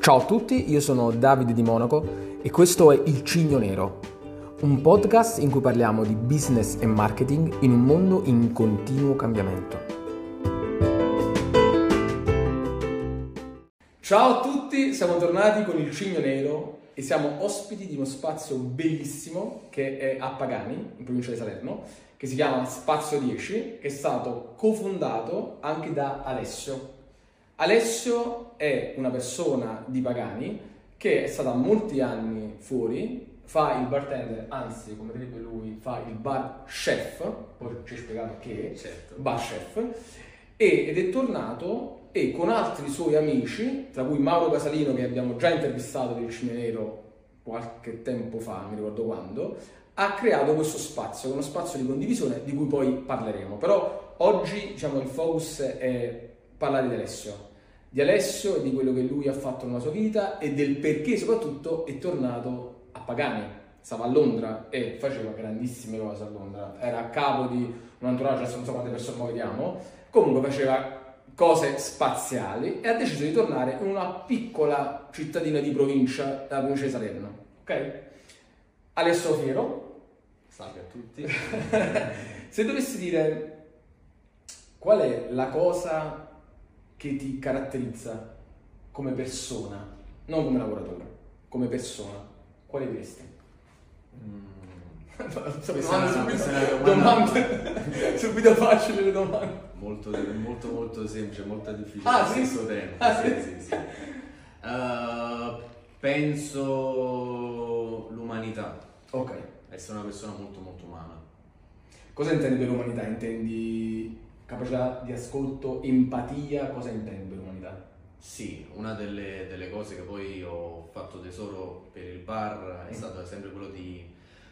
Ciao a tutti, io sono Davide di Monaco e questo è Il Cigno Nero, un podcast in cui parliamo di business e marketing in un mondo in continuo cambiamento. Ciao a tutti, siamo tornati con Il Cigno Nero e siamo ospiti di uno spazio bellissimo che è a Pagani, in provincia di Salerno, che si chiama Spazio 10, che è stato cofondato anche da Alessio. Alessio è una persona di Pagani che è stata molti anni fuori, fa il bartender, anzi, come direbbe lui, fa il bar chef, poi ci ha spiegato che è, certo. Bar chef, ed è tornato e con altri suoi amici, tra cui Mauro Casalino, che abbiamo già intervistato del Cigno Nero qualche tempo fa, non mi ricordo quando, ha creato questo spazio, uno spazio di condivisione di cui poi parleremo. Però oggi, diciamo, il focus è parlare di Alessio e di quello che lui ha fatto nella sua vita e del perché soprattutto è tornato a Pagani. Stava a Londra e faceva grandissime cose a Londra, era a capo di un entourage, adesso non so quante persone noi vediamo, comunque faceva cose spaziali e ha deciso di tornare in una piccola cittadina di provincia, la provincia di Salerno, ok? Alessio Fiero. Salve a tutti. Se dovessi dire qual è la cosa che ti caratterizza come persona, non come lavoratore, come persona, quale diresti? Domande subito facili le domande. Molto semplice, molto difficile allo allo stesso tempo. Sì. Penso l'umanità. Ok. Essere una persona molto umana. Cosa intendi per umanità? Intendi capacità di ascolto, empatia? Cosa intendi per umanità? Sì, una delle cose che poi ho fatto tesoro per il bar è stato sempre quello di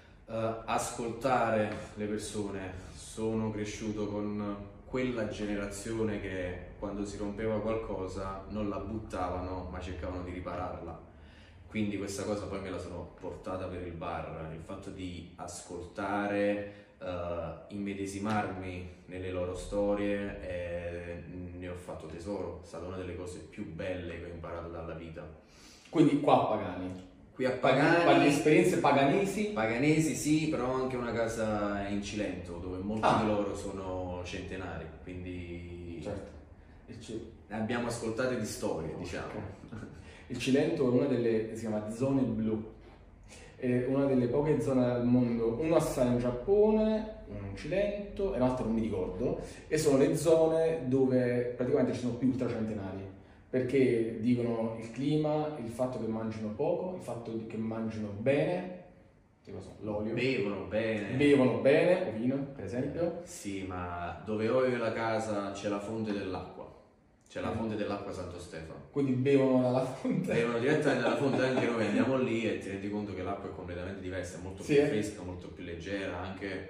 ascoltare le persone. Sono cresciuto con quella generazione che quando si rompeva qualcosa non la buttavano ma cercavano di ripararla. Quindi questa cosa poi me la sono portata per il bar, il fatto di ascoltare, immedesimarmi nelle loro storie e ne ho fatto tesoro. È stata una delle cose più belle che ho imparato dalla vita. Quindi qua a Pagani? Qui a Pagani, parli di esperienze paganesi? Paganesi sì, però anche una casa in Cilento dove molti di loro sono centenari, quindi certo. ne abbiamo ascoltate di storie, diciamo. Okay. Il Cilento è una delle, si chiama zone blu, è una delle poche zone al mondo, una sta in Giappone, una in Cilento e l'altra non mi ricordo, e sono le zone dove praticamente ci sono più ultracentenari. Perché dicono il clima, il fatto che mangino poco, il fatto che mangino bene, l'olio. Bevono bene, ovino per esempio. Sì, ma dove ho io la casa c'è la fonte dell'acqua. C'è la fonte dell'acqua Santo Stefano. Quindi bevono dalla fonte? Bevono direttamente dalla fonte, anche noi andiamo lì e ti rendi conto che l'acqua è completamente diversa, è molto più fresca, molto più leggera, anche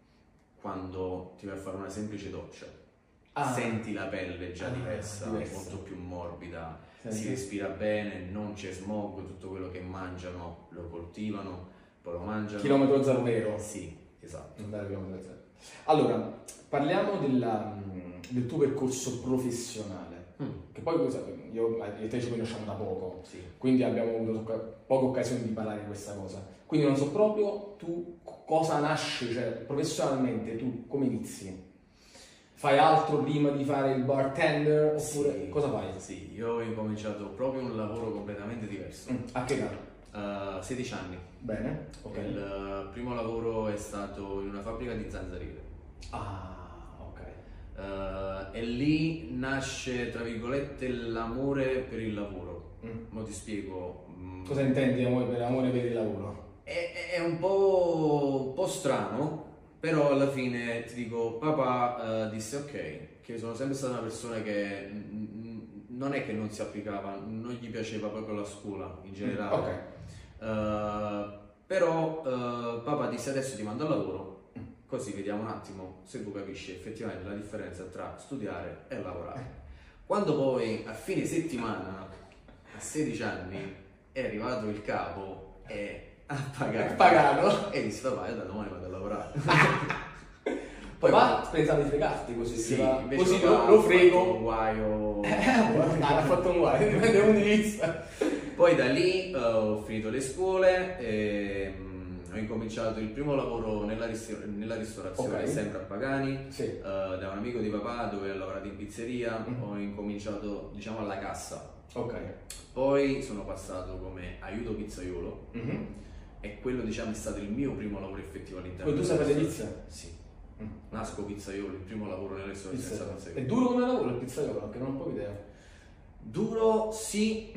quando ti vai a fare una semplice doccia. Senti la pelle già diversa, molto più morbida, si respira bene, non c'è smog, tutto quello che mangiano lo coltivano, poi lo mangiano. Chilometro zero vero? Sì, esatto. Allora, parliamo del tuo percorso professionale, che poi io e te ci conosciamo da poco, sì. Quindi abbiamo avuto poche occasioni di parlare di questa cosa. Quindi non so proprio tu cosa nasce, cioè professionalmente tu come inizi? Fai altro prima di fare il bartender oppure sì, cosa fai? Sì, io ho incominciato proprio un lavoro completamente diverso. A che età? 16 anni. Bene, ok. Il primo lavoro è stato in una fabbrica di zanzariere. Ok. E lì nasce, tra virgolette, l'amore per il lavoro. Mo ti spiego. Cosa intendi amore per il lavoro? È un po' strano. Però alla fine ti dico, papà disse ok, che sono sempre stata una persona che non è che non si applicava, non gli piaceva proprio la scuola in generale. Però papà disse adesso ti mando al lavoro, così vediamo un attimo se tu capisci effettivamente la differenza tra studiare e lavorare. Quando poi a fine settimana, a 16 anni, è arrivato il capo e ha pagato e disse papà da domani vado a lavorare. Poi pensavo di fregarti così, sì, così lo frego. Un guaio. Ha fatto un guaio, dipende da un indirizzo. Poi da lì ho finito le scuole e ho incominciato il primo lavoro nella ristorazione, sempre a Pagani, da un amico di papà dove ho lavorato in pizzeria. Ho incominciato, diciamo, alla cassa. Poi sono passato come aiuto pizzaiolo e quello, diciamo, è stato il mio primo lavoro effettivo all'interno. Poi tu sai fare pizza? Sì. Nasco pizzaiolo, il primo lavoro nella ristorazione è stato È duro come lavoro il pizzaiolo? Perché non ho proprio idea. Duro sì,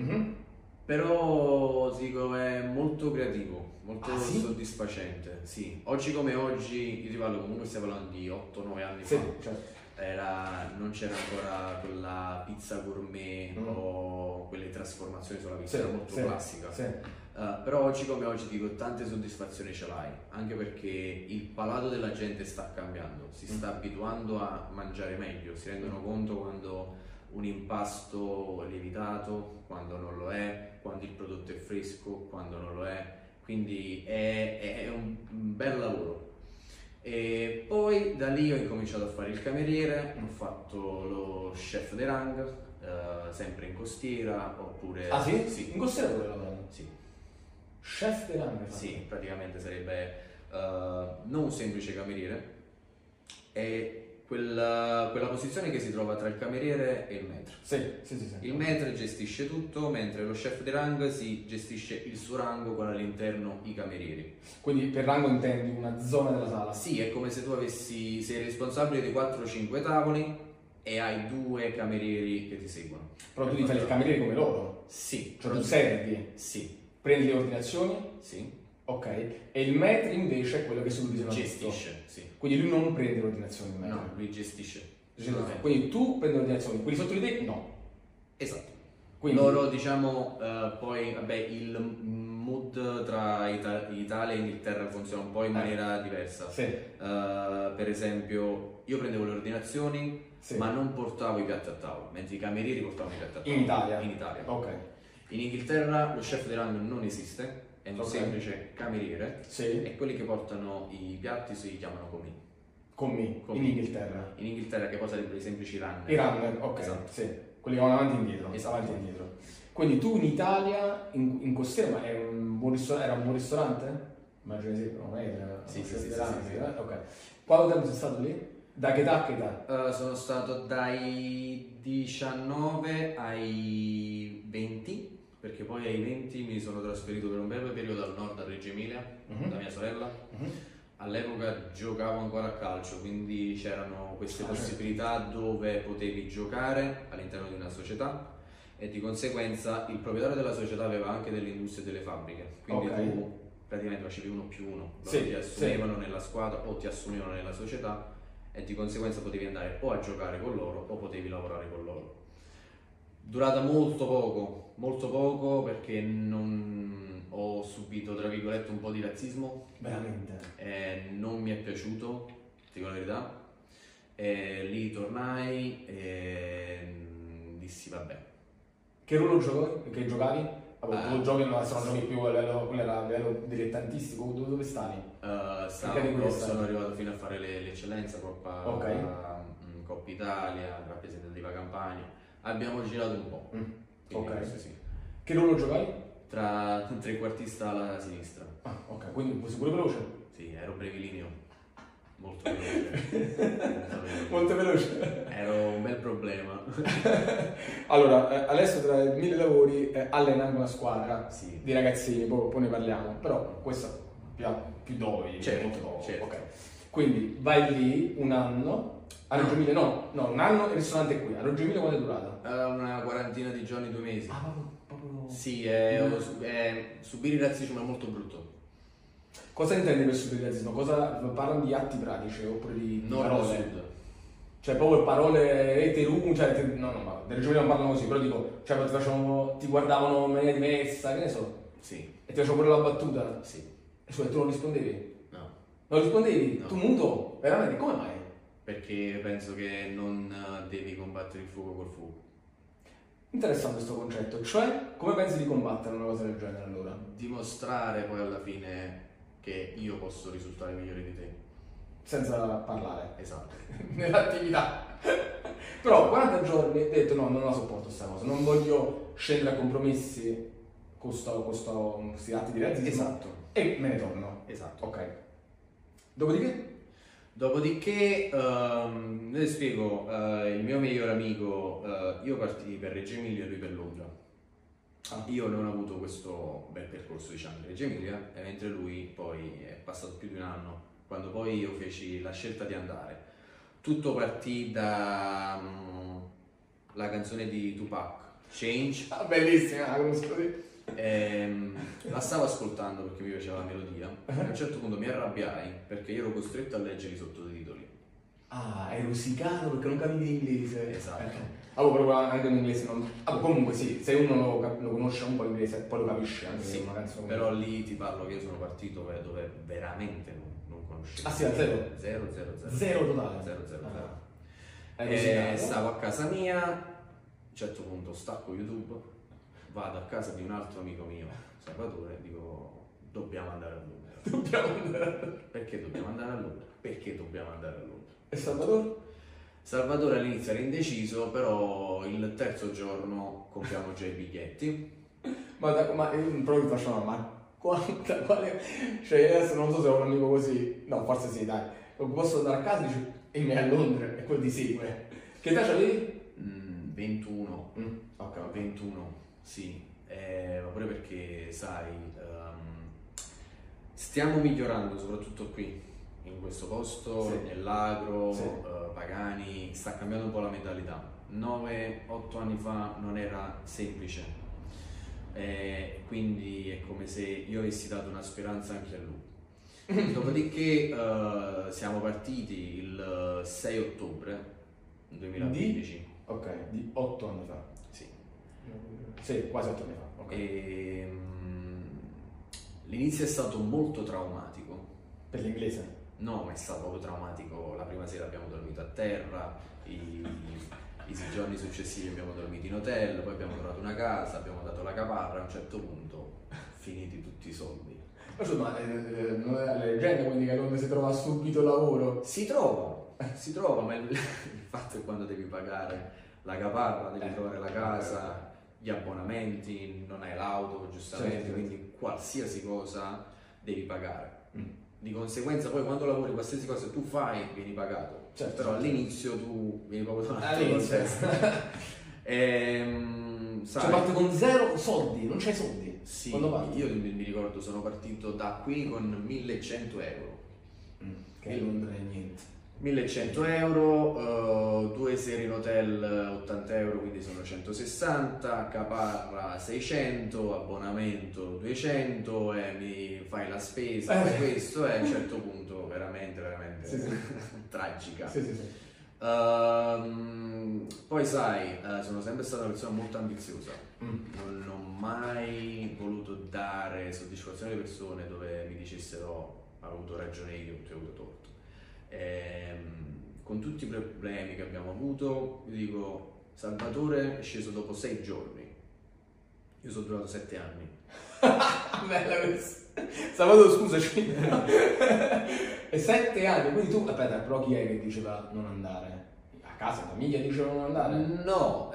però dico è molto creativo, molto soddisfacente. Sì. Oggi come oggi, io ti parlo, comunque stiamo parlando di 8-9 anni fa. Certo. Non c'era ancora quella pizza gourmet o quelle trasformazioni sulla pizza, era molto classica. Però oggi come oggi dico tante soddisfazioni ce l'hai, anche perché il palato della gente sta cambiando, si sta abituando a mangiare meglio, si rendono conto quando un impasto è lievitato, quando non lo è, quando il prodotto è fresco, quando non lo è, quindi è un bel lavoro. E poi da lì ho incominciato a fare il cameriere, ho fatto lo chef de rang, sempre in costiera, oppure... Ah sì? Sì. In costiera pure lavorando? Sì. Chef de rang? Sì, praticamente sarebbe non un semplice cameriere, è quella posizione che si trova tra il cameriere e il maître. Sì. Il maître gestisce tutto, mentre lo chef de rang si gestisce il suo rango con all'interno i camerieri. Quindi per rango intendi una zona della sala? Sì, è come se tu sei responsabile di 4-5 tavoli e hai 2 camerieri che ti seguono. Però tu ti fai il cameriere come loro? Sì. Cioè tu servi? Sì. Prendi le ordinazioni? Sì. Ok, e il maître invece è quello che supervisiona gestisce, sì. Quindi lui non prende le ordinazioni, il maître? No, lui gestisce. Quindi tu prendi le ordinazioni, quelli sotto di te no. Esatto. Quindi... Loro, diciamo, poi vabbè, il mood tra Italia e Inghilterra funziona un po' in maniera diversa. Per esempio, io prendevo le ordinazioni, ma non portavo i piatti a tavola, mentre i camerieri portavano i piatti a tavola. In Italia? In Italia. Ok. In Inghilterra lo chef de rang non esiste, è un semplice cameriere e quelli che portano i piatti si chiamano commis. In Inghilterra? In Inghilterra, che poi sarebbero i semplici runner. I runner, ok. Esatto. Sì. Quelli che vanno avanti e indietro. Esatto. Avanti e indietro. Quindi tu in Italia, in costiera, ma era un buon ristorante? Immagino sì, non era. Sì. Ok. Quanto tempo sei stato lì? Da che età a che età? Sono stato dai 19 ai 20. Perché poi ai 20 mi sono trasferito per un breve periodo al nord, a Reggio Emilia, da mia sorella. All'epoca giocavo ancora a calcio, quindi c'erano queste possibilità dove potevi giocare all'interno di una società e di conseguenza il proprietario della società aveva anche delle industrie e delle fabbriche, quindi tu praticamente facevi 1+1, ti assumevano nella squadra o ti assumevano nella società e di conseguenza potevi andare o a giocare con loro o potevi lavorare con loro. Durata molto poco perché non ho subito, tra virgolette, un po' di razzismo. Veramente? Non mi è piaciuto, ti dico la verità. Lì tornai e dissi vabbè. Che ruolo giocavi? Tu giochi, no, se non giochi più a livello dilettantistico, dove stavi? Sono arrivato fino a fare l'eccellenza, Coppa Italia, rappresentativa Campania. Abbiamo girato un po'. Sì. Che ruolo giocavi? Tra trequartista alla sinistra. Ah, ok, quindi sei pure veloce? Sì, ero brevilineo. Molto veloce. Molto veloce. Ero un bel problema. Allora, adesso tra i 1000 lavori allena anche una squadra di ragazzini, poi ne parliamo. Però questo più dovi. Certo. Ok. Quindi vai lì un anno. A Reggio Emilia no, un anno il ristorante è qui. A Reggio Emilia quanto è durata? Una quarantina di giorni, 2 mesi. Ah, proprio... Sì, subire il razzismo è molto brutto. Cosa intendi per subire il razzismo? Parlano di atti pratici oppure di parole? Sud. Cioè proprio parole eteru, cioè no, delle Emilia non parlano così, però dico, cioè ti guardavano in maniera diversa, che ne so. Sì. E ti facevano pure la battuta? Sì. E cioè tu non rispondevi? No. Non rispondevi? No. Tu muto? Veramente? Come mai? Perché penso che non devi combattere il fuoco col fuoco. Interessante questo concetto, cioè come pensi di combattere una cosa del genere allora? Dimostrare poi alla fine che io posso risultare migliore di te. Senza parlare. Esatto. Nell'attività. Però 40 giorni hai detto no, non la sopporto sta cosa, non voglio scendere a compromessi questi atti di razzismo. Esatto. E me ne torno. Esatto. Ok. Dopodiché? Dopodiché, vi spiego, il mio migliore amico, io partii per Reggio Emilia e lui per Londra. Io non ho avuto questo bel percorso, diciamo, di Reggio Emilia, mentre lui poi è passato più di un anno, quando poi io feci la scelta di andare. Tutto partì da la canzone di Tupac, Change. Bellissima, la conosco. La stavo ascoltando perché mi piaceva la melodia. A un certo punto mi arrabbiai perché io ero costretto a leggere i sottotitoli. Ah, eri rosicato perché non capivi l'inglese. Esatto. Però anche l'inglese non... comunque sì, se uno lo conosce un po' l'inglese poi lo capisce anche sì, una canzone. Però lì ti parlo che io sono partito dove veramente non conoscevo. Ah sì, a zero? Zero Totale? Zero. Stavo a casa mia, a un certo punto stacco YouTube, vado a casa di un altro amico mio, Salvatore, e dico dobbiamo andare a Londra. Perché dobbiamo andare a Londra? Perché dobbiamo andare a Londra? E Salvatore? Salvatore all'inizio era indeciso, però il terzo giorno compriamo già i biglietti. Ma io proprio faccio quale... Cioè adesso non so se ho un amico così, no forse sì dai, posso andare a casa e dice e mi è a Londra e quello ti segue. Che età c'avevi? 21. Ok. 21, sì. Ma pure perché sai, stiamo migliorando soprattutto qui, in questo posto, sì. Nell'agro, sì. Pagani, sta cambiando un po' la mentalità. 9-8 anni fa non era semplice, quindi è come se io avessi dato una speranza anche a lui. Dopodiché siamo partiti il 6 ottobre 2015. Ok, di 8 anni fa. Sì. Sì, quasi 8 anni fa. Okay. L'inizio è stato molto traumatico. Per l'inglese? No, ma è stato proprio traumatico. La prima sera abbiamo dormito a terra, i giorni successivi abbiamo dormito in hotel, poi abbiamo trovato una casa, abbiamo dato la caparra, a un certo punto finiti tutti i soldi. Ma non è la leggenda quindi che a Londra si trova subito lavoro? Si trova, ma il fatto è quando devi pagare la caparra, devi trovare la casa, gli abbonamenti, non hai l'auto giustamente, certo. Quindi qualsiasi cosa devi pagare. Di conseguenza poi quando lavori qualsiasi cosa tu fai vieni pagato, certo. Però all'inizio tu vieni proprio donato la testa. Cioè parte con 0 soldi, non c'hai soldi? Sì, io mi ricordo sono partito da qui con 1100 euro. Che non è niente. 1100 euro, 2 sere in hotel 80 euro, quindi sono 160, caparra 600, abbonamento 200 e mi fai la spesa, questo è a un certo punto veramente sì. Tragica. Sì. Poi sai, sono sempre stata una persona molto ambiziosa, non ho mai voluto dare soddisfazione alle persone dove mi dicessero ho avuto ragione io, ti ho avuto torto. Con tutti i problemi che abbiamo avuto, io dico Salvatore è sceso dopo 6 giorni, io sono durato 7 anni. Bella questa. Salvatore scusaci. E 7 anni, quindi tu, aspetta, però chi è che diceva non andare? A casa, famiglia diceva non andare? No,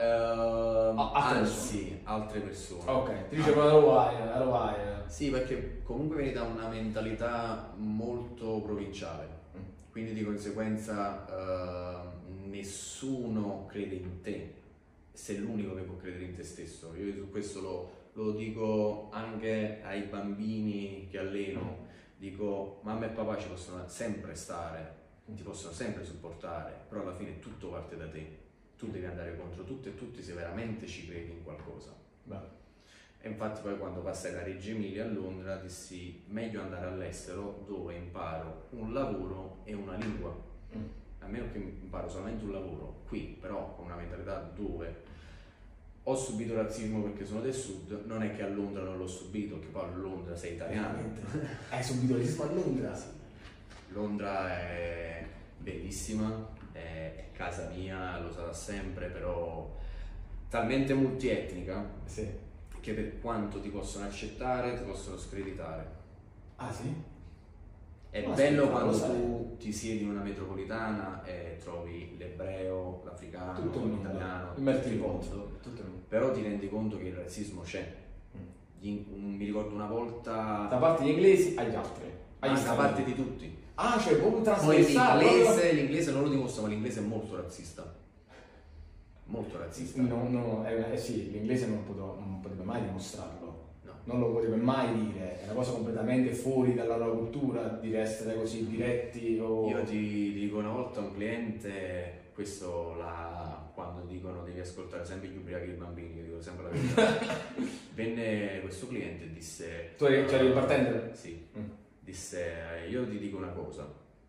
anzi, altre persone. Ok, ti dicevano la vai. Sì, perché comunque vieni da una mentalità molto provinciale. Quindi di conseguenza nessuno crede in te, sei l'unico che può credere in te stesso. Io su questo lo dico anche ai bambini che alleno, dico mamma e papà ci possono sempre stare, ti possono sempre supportare, però alla fine tutto parte da te, tu devi andare contro tutto e tutti se veramente ci credi in qualcosa. Beh. E infatti poi quando passai da Reggio Emilia a Londra dissi meglio andare all'estero dove imparo un lavoro e una lingua, a meno che imparo solamente un lavoro qui, però con una mentalità dove ho subito razzismo perché sono del sud, non è che a Londra non l'ho subito, che poi a Londra sei italiano. Hai subito razzismo a Londra? Sì. Londra è bellissima, è casa mia, lo sarà sempre, però talmente multietnica. Sì. Che per quanto ti possono accettare, ti possono screditare. Ah sì? È bello quando tu ti siedi in una metropolitana e trovi l'ebreo, l'africano, l'italiano, tutto il mondo. Però ti rendi conto che il razzismo c'è. mi ricordo una volta... Da parte degli inglesi agli altri. Da parte di tutti. Ah, cioè proprio trasversale. L'inglese non lo dimostra, ma l'inglese è molto razzista. Molto razzista. No, sì, l'inglese non potrebbe mai dimostrarlo. No. Non lo potrebbe mai dire. È una cosa completamente fuori dalla loro cultura di essere così diretti o... Io ti dico una volta a un cliente, quando dicono devi ascoltare sempre gli ubriachi e i bambini, io dico sempre la verità. Venne questo cliente e disse... Tu eri il bartender? Sì. Disse, io ti dico una cosa,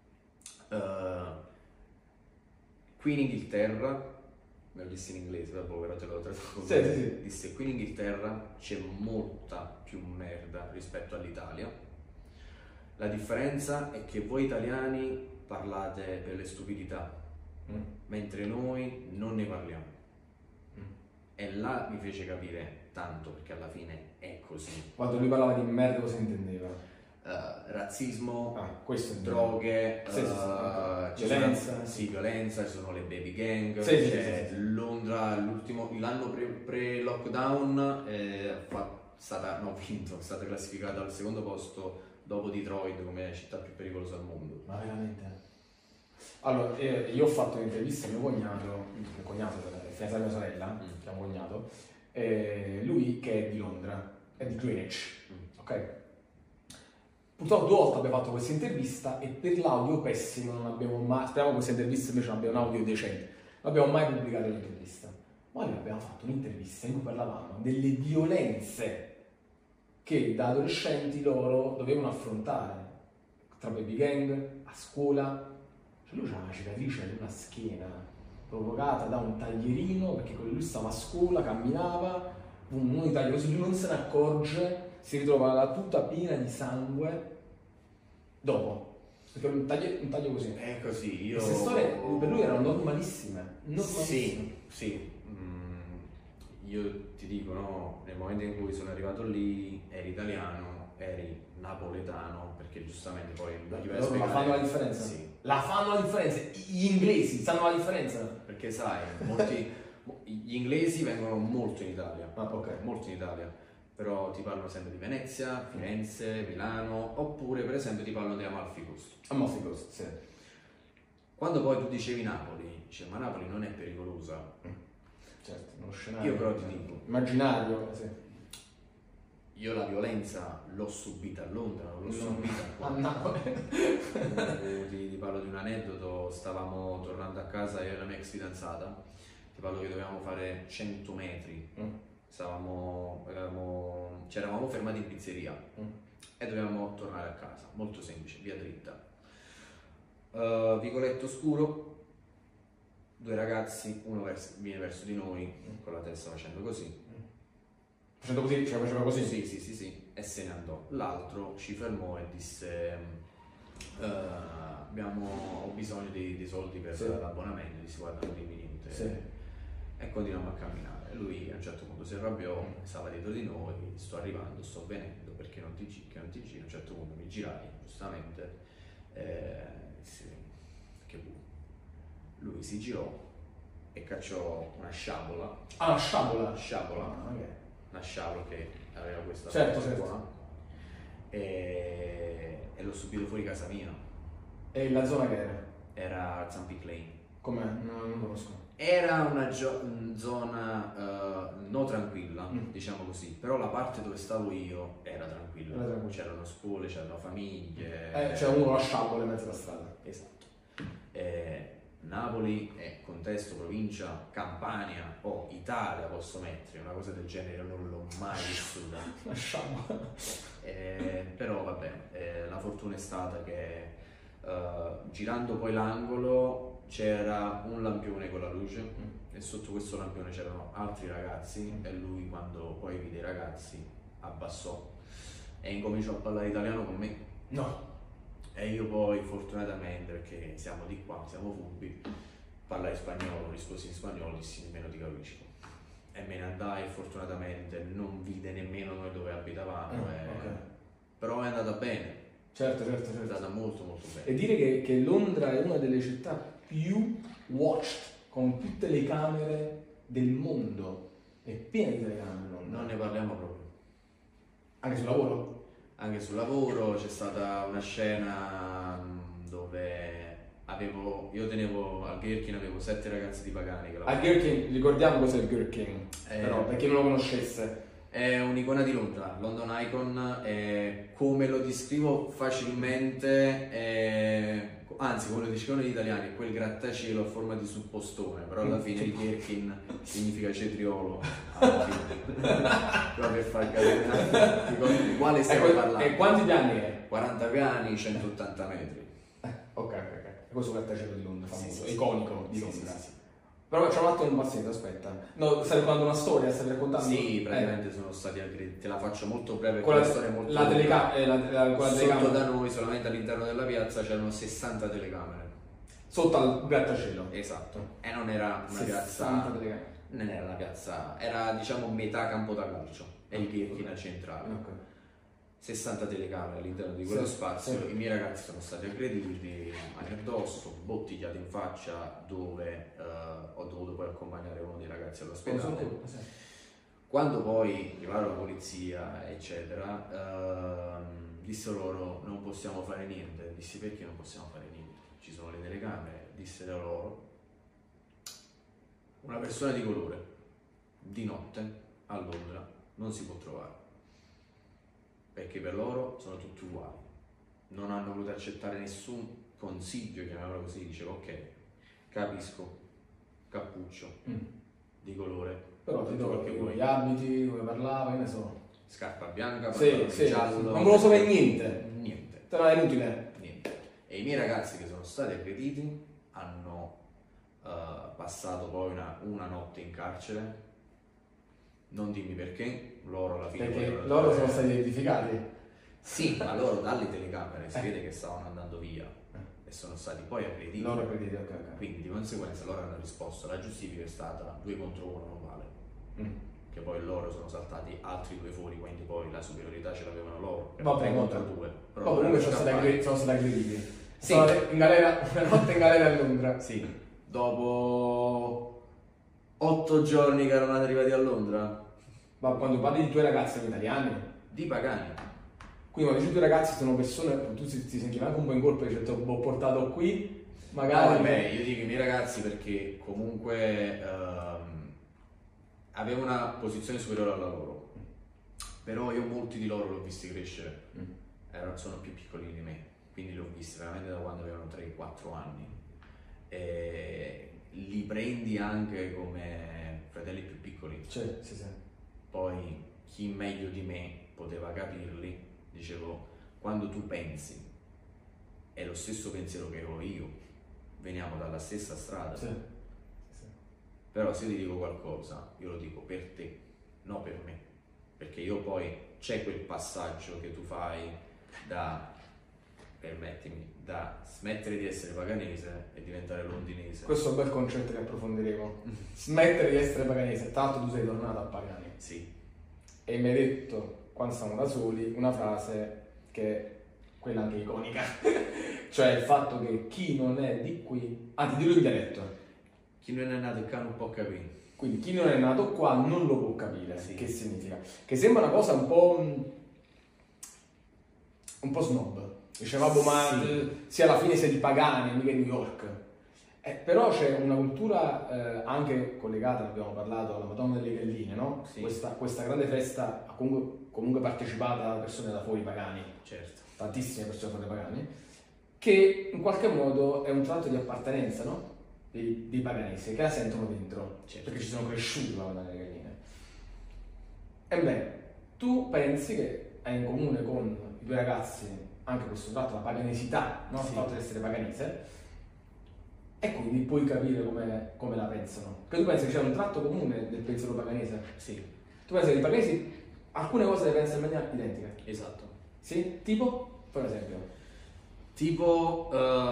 qui in Inghilterra, me lo disse in inglese, dopo però te lo tradurrò, sì. Disse, qui in Inghilterra c'è molta più merda rispetto all'Italia, la differenza è che voi italiani parlate per le stupidità, mentre noi non ne parliamo. E là mi fece capire tanto, perché alla fine è così. Quando lui parlava di merda cosa intendeva? Razzismo, droghe, violenza. Sì, violenza, ci sono le baby gang. Londra, l'anno pre-lockdown è stata classificata al secondo posto dopo Detroit come città più pericolosa al mondo. Ma veramente? Allora, io ho fatto un'intervista a mio cognato, fidanzato di mia sorella, che è un cognato, lui che è di Londra, è di Greenwich, ok? Purtroppo 2 volte abbiamo fatto questa intervista e per l'audio pessimo non abbiamo mai, speriamo che questa intervista invece abbia un audio decente, non abbiamo mai pubblicato l'intervista. Ma noi abbiamo fatto un'intervista in cui parlavamo delle violenze che da adolescenti loro dovevano affrontare, tra baby gang, a scuola. Cioè lui c'ha una cicatrice nella schiena provocata da un taglierino, perché lui stava a scuola, camminava, uno taglia così, lui non se ne accorge, si ritrova la tuta piena di sangue dopo, perché un taglio così. È così, queste storie per lui erano normalissime. Sì. Io ti dico, no, nel momento in cui sono arrivato lì eri italiano, eri napoletano, perché giustamente poi la fanno la differenza? Sì. La fanno la differenza? Gli inglesi sanno la differenza? Perché sai, gli inglesi vengono molto in Italia, molto in Italia, però ti parlano sempre di Venezia, Firenze, Milano, oppure per esempio ti parlano di Amalfi Coast. Amalfi Coast, sì. Quando poi tu dicevi Napoli, ma Napoli non è pericolosa. Certo, uno scenario. Io però ti dico, immaginario, sì. Io la violenza l'ho subita a Londra, non l'ho subita qua. A Napoli. Ti parlo di un aneddoto, stavamo tornando a casa io e la mia ex fidanzata, ti parlo che dovevamo fare 100 metri, ci eravamo fermati in pizzeria e dovevamo tornare a casa, molto semplice, via dritta. Vicoletto scuro, 2 ragazzi, uno viene verso di noi con la testa facendo così. Facendo così? Cioè faceva così? Sì, e se ne andò. L'altro ci fermò e disse ho bisogno di soldi per l'abbonamento, disse guarda non dimmi niente. Sì. E continuiamo a camminare. Lui a un certo punto si arrabbiò, stava dietro di noi, sto arrivando, sto venendo, perché non ti giri? A un certo punto mi girai, giustamente, che lui si girò e cacciò una sciabola. Ah, una sciabola? Una sciabola. Okay. Una sciabola che aveva questa certo. qua e l'ho subito fuori casa mia. E la zona che era? Era Zampic Lane. Com'è? Non conosco. Era una zona non tranquilla, diciamo così, però la parte dove stavo io era tranquilla. C'erano scuole, c'erano famiglie. C'era uno a sciabole in mezzo alla strada. Esatto. Napoli è contesto, provincia, Campania o Italia, posso mettere, una cosa del genere io non l'ho mai vissuta. Però vabbè, la fortuna è stata che girando poi l'angolo c'era un lampione con la luce e sotto questo lampione c'erano altri ragazzi e lui quando poi vide i ragazzi abbassò e incominciò a parlare italiano con me. No. E io poi fortunatamente, perché siamo di qua, siamo furbi, parlai spagnolo, risposi in spagnolo, dissi nemmeno ti capisco. E me ne andai e fortunatamente non vide nemmeno noi dove abitavamo, però è andata bene. Certo. È andata molto molto bene. E dire che Londra è una delle città più watched, con tutte le camere del mondo, è piena di telecamere Londra. Non ne parliamo proprio. Anche sul lavoro? Anche sul lavoro c'è stata una scena dove io tenevo al Gherkin, avevo 7 ragazzi di Pagani. Al Gherkin, ricordiamo cos'è il Gherkin, però, per chi non lo conoscesse. È un'icona di Londra, London Icon, come lo descrivo facilmente, anzi come lo descrivono gli italiani, è quel grattacielo a forma di suppostone, però alla fine il Gherkin significa cetriolo, alla fine. Proprio per far capire di quale stiamo parlando. E quanti piani è? 40 piani, 180 metri. Ok. È questo grattacielo di Londra, famoso, iconico di Londra. Sì. Però c'è un attimo un passetto, aspetta. No, stai raccontando una storia, stai raccontando? Sì, praticamente sono stati aggrediti. Te la faccio molto breve, con la storia molto la telecamera. Sotto da noi, solamente all'interno della piazza, c'erano 60 telecamere. Sotto al grattacielo? Esatto. E non era una piazza... telecamere. Non era una piazza, era diciamo metà campo da calcio. E il Gherkin al centrale. Okay. 60 telecamere all'interno di quello spazio, i miei ragazzi sono stati aggrediti, mani addosso, bottigliati in faccia, dove ho dovuto poi accompagnare uno dei ragazzi all'ospedale. Quando poi arrivarono la polizia, eccetera, dissero loro non possiamo fare niente. Dissi perché non possiamo fare niente? Ci sono le telecamere, dissero loro una persona di colore di notte a Londra non si può trovare. Perché per loro sono tutti uguali, non hanno voluto accettare nessun consiglio, chiamiamolo così, dicevo ok, capisco, cappuccio, di colore, però ti do gli abiti, come parlava, che ne so. Scarpa bianca, giallo, non me lo so per niente. Niente. Però è inutile. Niente. E i miei ragazzi che sono stati aggrediti hanno passato poi una notte in carcere. Non dimmi perché, loro alla fine... Perché loro sono stati identificati? Sì, ma loro dalle telecamere si vede che stavano andando via e sono stati poi aggrediti. Loro aggrediti, ok. Quindi di conseguenza loro hanno risposto, la giustifica è stata 2 contro 1 non vale. Che poi loro sono saltati altri 2 fuori, quindi poi la superiorità ce l'avevano loro. 3 contro 2. Però comunque sono stati aggrediti. Sì. Sono in galera, una notte in galera a Londra. Sì, dopo 8 giorni che erano arrivati a Londra. Ma quando parli di tuoi ragazzi sono italiani? Di Pagani. Quindi quando dici i tuoi ragazzi sono persone, tu ti senti anche un po' in colpa e ti ho portato qui, magari... No, vabbè, io dico i miei ragazzi perché comunque avevo una posizione superiore alla loro, però io molti di loro l'ho visti crescere, sono più piccolini di me, quindi li ho visti veramente da quando avevano 3-4 anni. E li prendi anche come fratelli più piccoli. Sì. Poi chi meglio di me poteva capirli, dicevo, quando tu pensi, è lo stesso pensiero che ho io, veniamo dalla stessa strada. Sì. Però se io ti dico qualcosa, io lo dico per te, non per me, perché io poi c'è quel passaggio che tu fai da, permettimi, da smettere di essere paganese e diventare londinese. Questo è un bel concetto che approfondiremo. Smettere di essere paganese. Tra l'altro tu sei tornato a Pagani. Sì. E mi hai detto, quando siamo da soli, una frase che è quella anche iconica. Cioè il fatto che chi non è di qui, anzi dillo in dialetto. Chi non è nato qua non può capire. Quindi chi non è nato qua non lo può capire. Sì. Che significa? Che sembra una cosa un po' snob. Dicevamo, ma sì, alla fine sei di Pagani, mica di New York. Però c'è una cultura anche collegata, ne abbiamo parlato, alla Madonna delle Galline, no? Sì. Questa grande festa comunque partecipata da persone da fuori Pagani. Certo. Tantissime persone fuori Pagani, che in qualche modo è un tratto di appartenenza, no? Dei paganesi, che la sentono dentro, certo. Perché ci sono cresciuti la Madonna delle Galline. Ebbene, tu pensi che hai in comune con i tuoi ragazzi anche questo tratto, la paganesità, no? Sì. Il fatto di essere paganese, e quindi puoi capire come la pensano. Perché tu pensi che c'è un tratto comune del pensiero paganese? Sì. Tu pensi che i paganesi alcune cose le pensano in maniera identica? Esatto. Sì? Tipo? Per esempio? Tipo...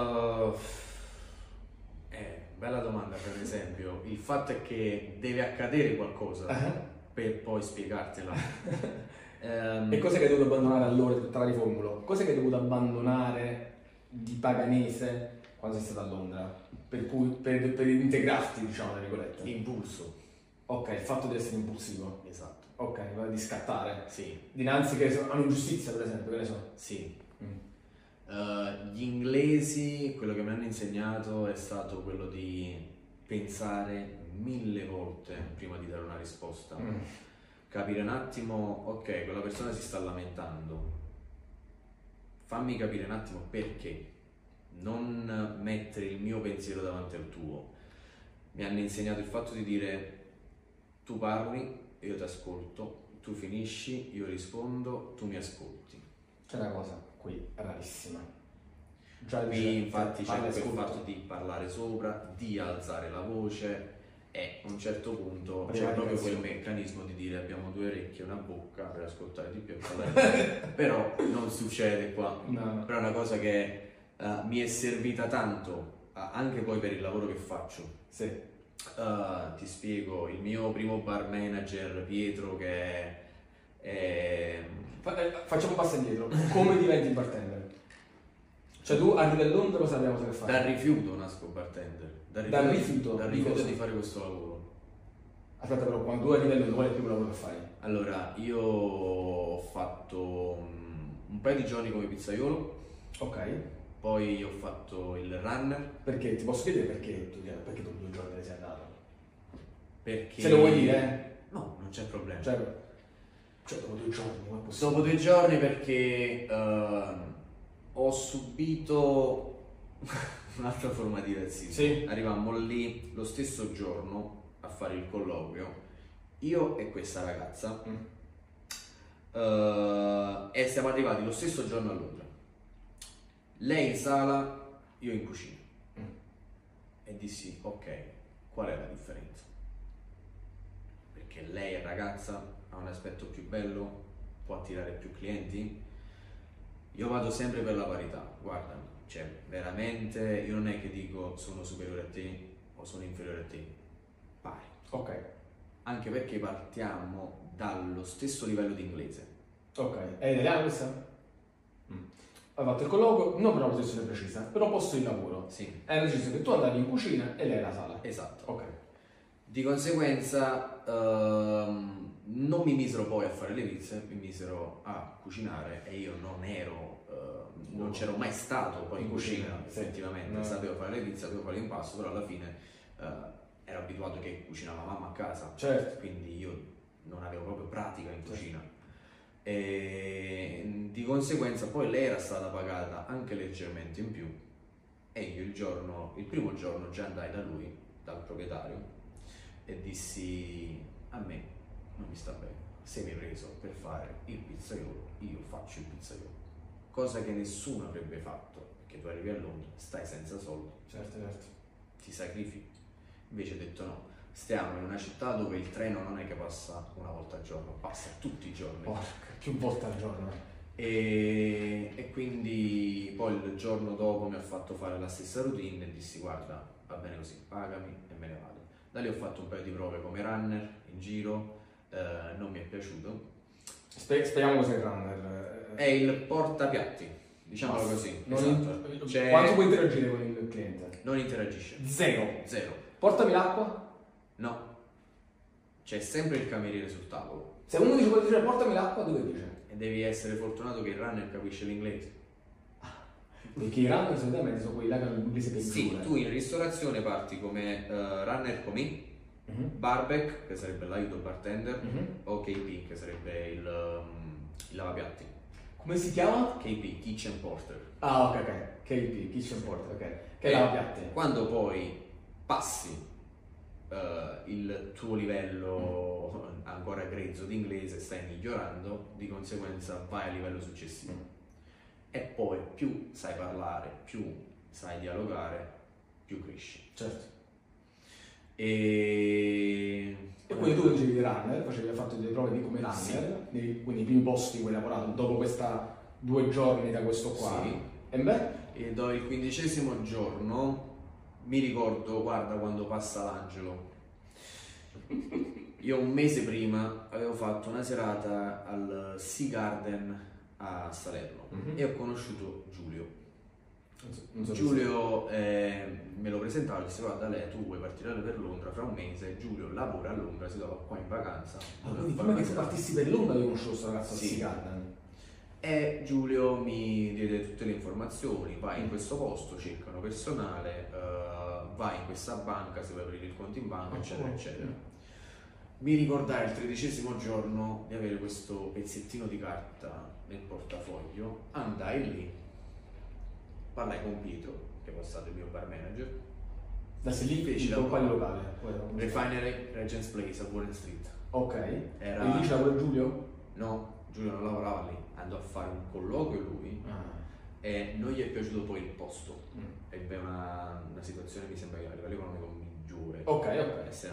bella domanda, per esempio. Il fatto è che deve accadere qualcosa per poi spiegartela. E cos'è che hai dovuto abbandonare allora, tra la riformulo? Cos'è che hai dovuto abbandonare di paganese quando sei stato a Londra? Per integrarti, diciamo, tra virgolette. Impulso. Ok, il fatto di essere impulsivo. Esatto. Ok, di scattare. Sì. Dinanzi che a un'ingiustizia, per esempio, che ne so. Sì. Gli inglesi, quello che mi hanno insegnato è stato quello di pensare 1000 volte prima di dare una risposta. Capire un attimo, ok, quella persona si sta lamentando, fammi capire un attimo perché, non mettere il mio pensiero davanti al tuo. Mi hanno insegnato il fatto di dire: tu parli, io ti ascolto, tu finisci, io rispondo, tu mi ascolti. C'è una cosa qui rarissima. Qui infatti c'è quel fatto di parlare sopra, di alzare la voce, e a un certo punto c'è proprio quel meccanismo di dire abbiamo 2 orecchie e una bocca per ascoltare di più e parlare di più. Però non succede qua. No. Però è una cosa che mi è servita tanto, anche poi per il lavoro che faccio. Sì. Ti spiego, il mio primo bar manager Pietro, che è... Facciamo un passo indietro. Come diventi bartender? Cioè tu a livello cosa abbiamo che fare? Dal rifiuto nasco bartender. Dal rifiuto di fare questo lavoro. Aspetta, però quando tu a livello qual è il primo lavoro che fai? Allora, io ho fatto un paio di giorni come pizzaiolo. Ok. Poi ho fatto il runner. Perché? Ti posso chiedere perché dopo 2 giorni ne sei andato? Perché... Se lo vuoi dire? No, non c'è problema. Cioè dopo 2 giorni, come è possibile? Dopo 2 giorni perché ho subito un'altra forma di razzismo. Sì. Arrivammo lì lo stesso giorno a fare il colloquio, io e questa ragazza, e siamo arrivati lo stesso giorno a Londra. Lei in sala, io in cucina. E dissi: ok, qual è la differenza? Perché lei è ragazza, ha un aspetto più bello, può attirare più clienti. Io vado sempre per la parità, guarda, cioè veramente io non è che dico sono superiore a te o sono inferiore a te, pari. Ok. Anche perché partiamo dallo stesso livello di inglese. Ok, è italiano questa? Hai fatto il colloquio, non per una posizione precisa, però posto di lavoro. Sì. Hai deciso che tu andavi in cucina e lei alla sala. Esatto. Ok. Di conseguenza non mi misero poi a fare le pizze, mi misero a cucinare e io non c'ero mai stato poi in cucina, effettivamente. No. Sapevo fare le pizze, sapevo fare l'impasto, però alla fine ero abituato che cucinava mamma a casa. Certo. Quindi io non avevo proprio pratica in cucina. E di conseguenza poi lei era stata pagata anche leggermente in più e io il primo giorno già andai da lui, dal proprietario, e dissi: a me non mi sta bene, se mi hai preso per fare il pizzaiolo, io faccio il pizzaiolo, cosa che nessuno avrebbe fatto, perché tu arrivi a Londra, stai senza soldi, Certo. ti sacrifichi. Invece ho detto no, stiamo in una città dove il treno non è che passa una volta al giorno, passa tutti i giorni. Porca, più volte al giorno. E quindi poi il giorno dopo mi ha fatto fare la stessa routine e dissi: guarda, va bene così, pagami e me ne vado. Da lì ho fatto un paio di prove come runner in giro, non mi è piaciuto. Spieghiamo cos'è il runner. È il portapiatti, diciamolo così. Esatto. Quanto puoi interagire con il cliente? Non interagisce. Zero. Portami l'acqua? No. C'è sempre il cameriere sul tavolo. Se uno dice puoi dire portami l'acqua, dove dice? E devi essere fortunato che il runner capisce l'inglese. Perché i runner solitamente sono quelli là che hanno l'inglese peggiore. Sì, tu in ristorazione parti come runner come barback, che sarebbe l'aiuto bartender, o KP, che sarebbe il lavapiatti. Come si chiama? KP, kitchen porter. Ah, ok. KP, kitchen porter, ok. Che è lavapiatti. Quando poi passi il tuo livello ancora grezzo di inglese, stai migliorando, di conseguenza vai a livello successivo. E poi più sai parlare, più sai dialogare, più cresci. Certo. E quindi tu facevi il runner, hai fatto delle prove di come runner, sì. Quindi i primi posti in cui hai lavorato dopo questa 2 giorni da questo qua. Sì. E beh? E dopo il 15° giorno mi ricordo, guarda, quando passa l'angelo. Io un mese prima avevo fatto una serata al Sea Garden a Salerno e ho conosciuto Giulio. Non so Giulio me lo presentava e disse guarda lei, tu vuoi partire per Londra fra un mese, Giulio lavora a Londra, si trova qua in vacanza. Quindi prima che tu partissi per Londra io conoscevo questo ragazzo sì. a Garden. E Giulio mi diede tutte le informazioni, vai in questo posto, cercano personale, vai in questa banca se vuoi aprire il conto in banca, eccetera, eccetera. Mi ricordai il 13° giorno di avere questo pezzettino di carta nel portafoglio, andai lì, parlai con Pietro, che poi è stato il mio bar manager. Da se lì feci la quale locale? Refinery Regent's Place a Warren Street. Ok. E lì c'era pure Giulio? No, Giulio non lavorava lì, andò a fare un colloquio lui e non gli è piaciuto poi il posto. Ebbe una situazione, mi sembra che a livello economico migliore. Ok. E se ne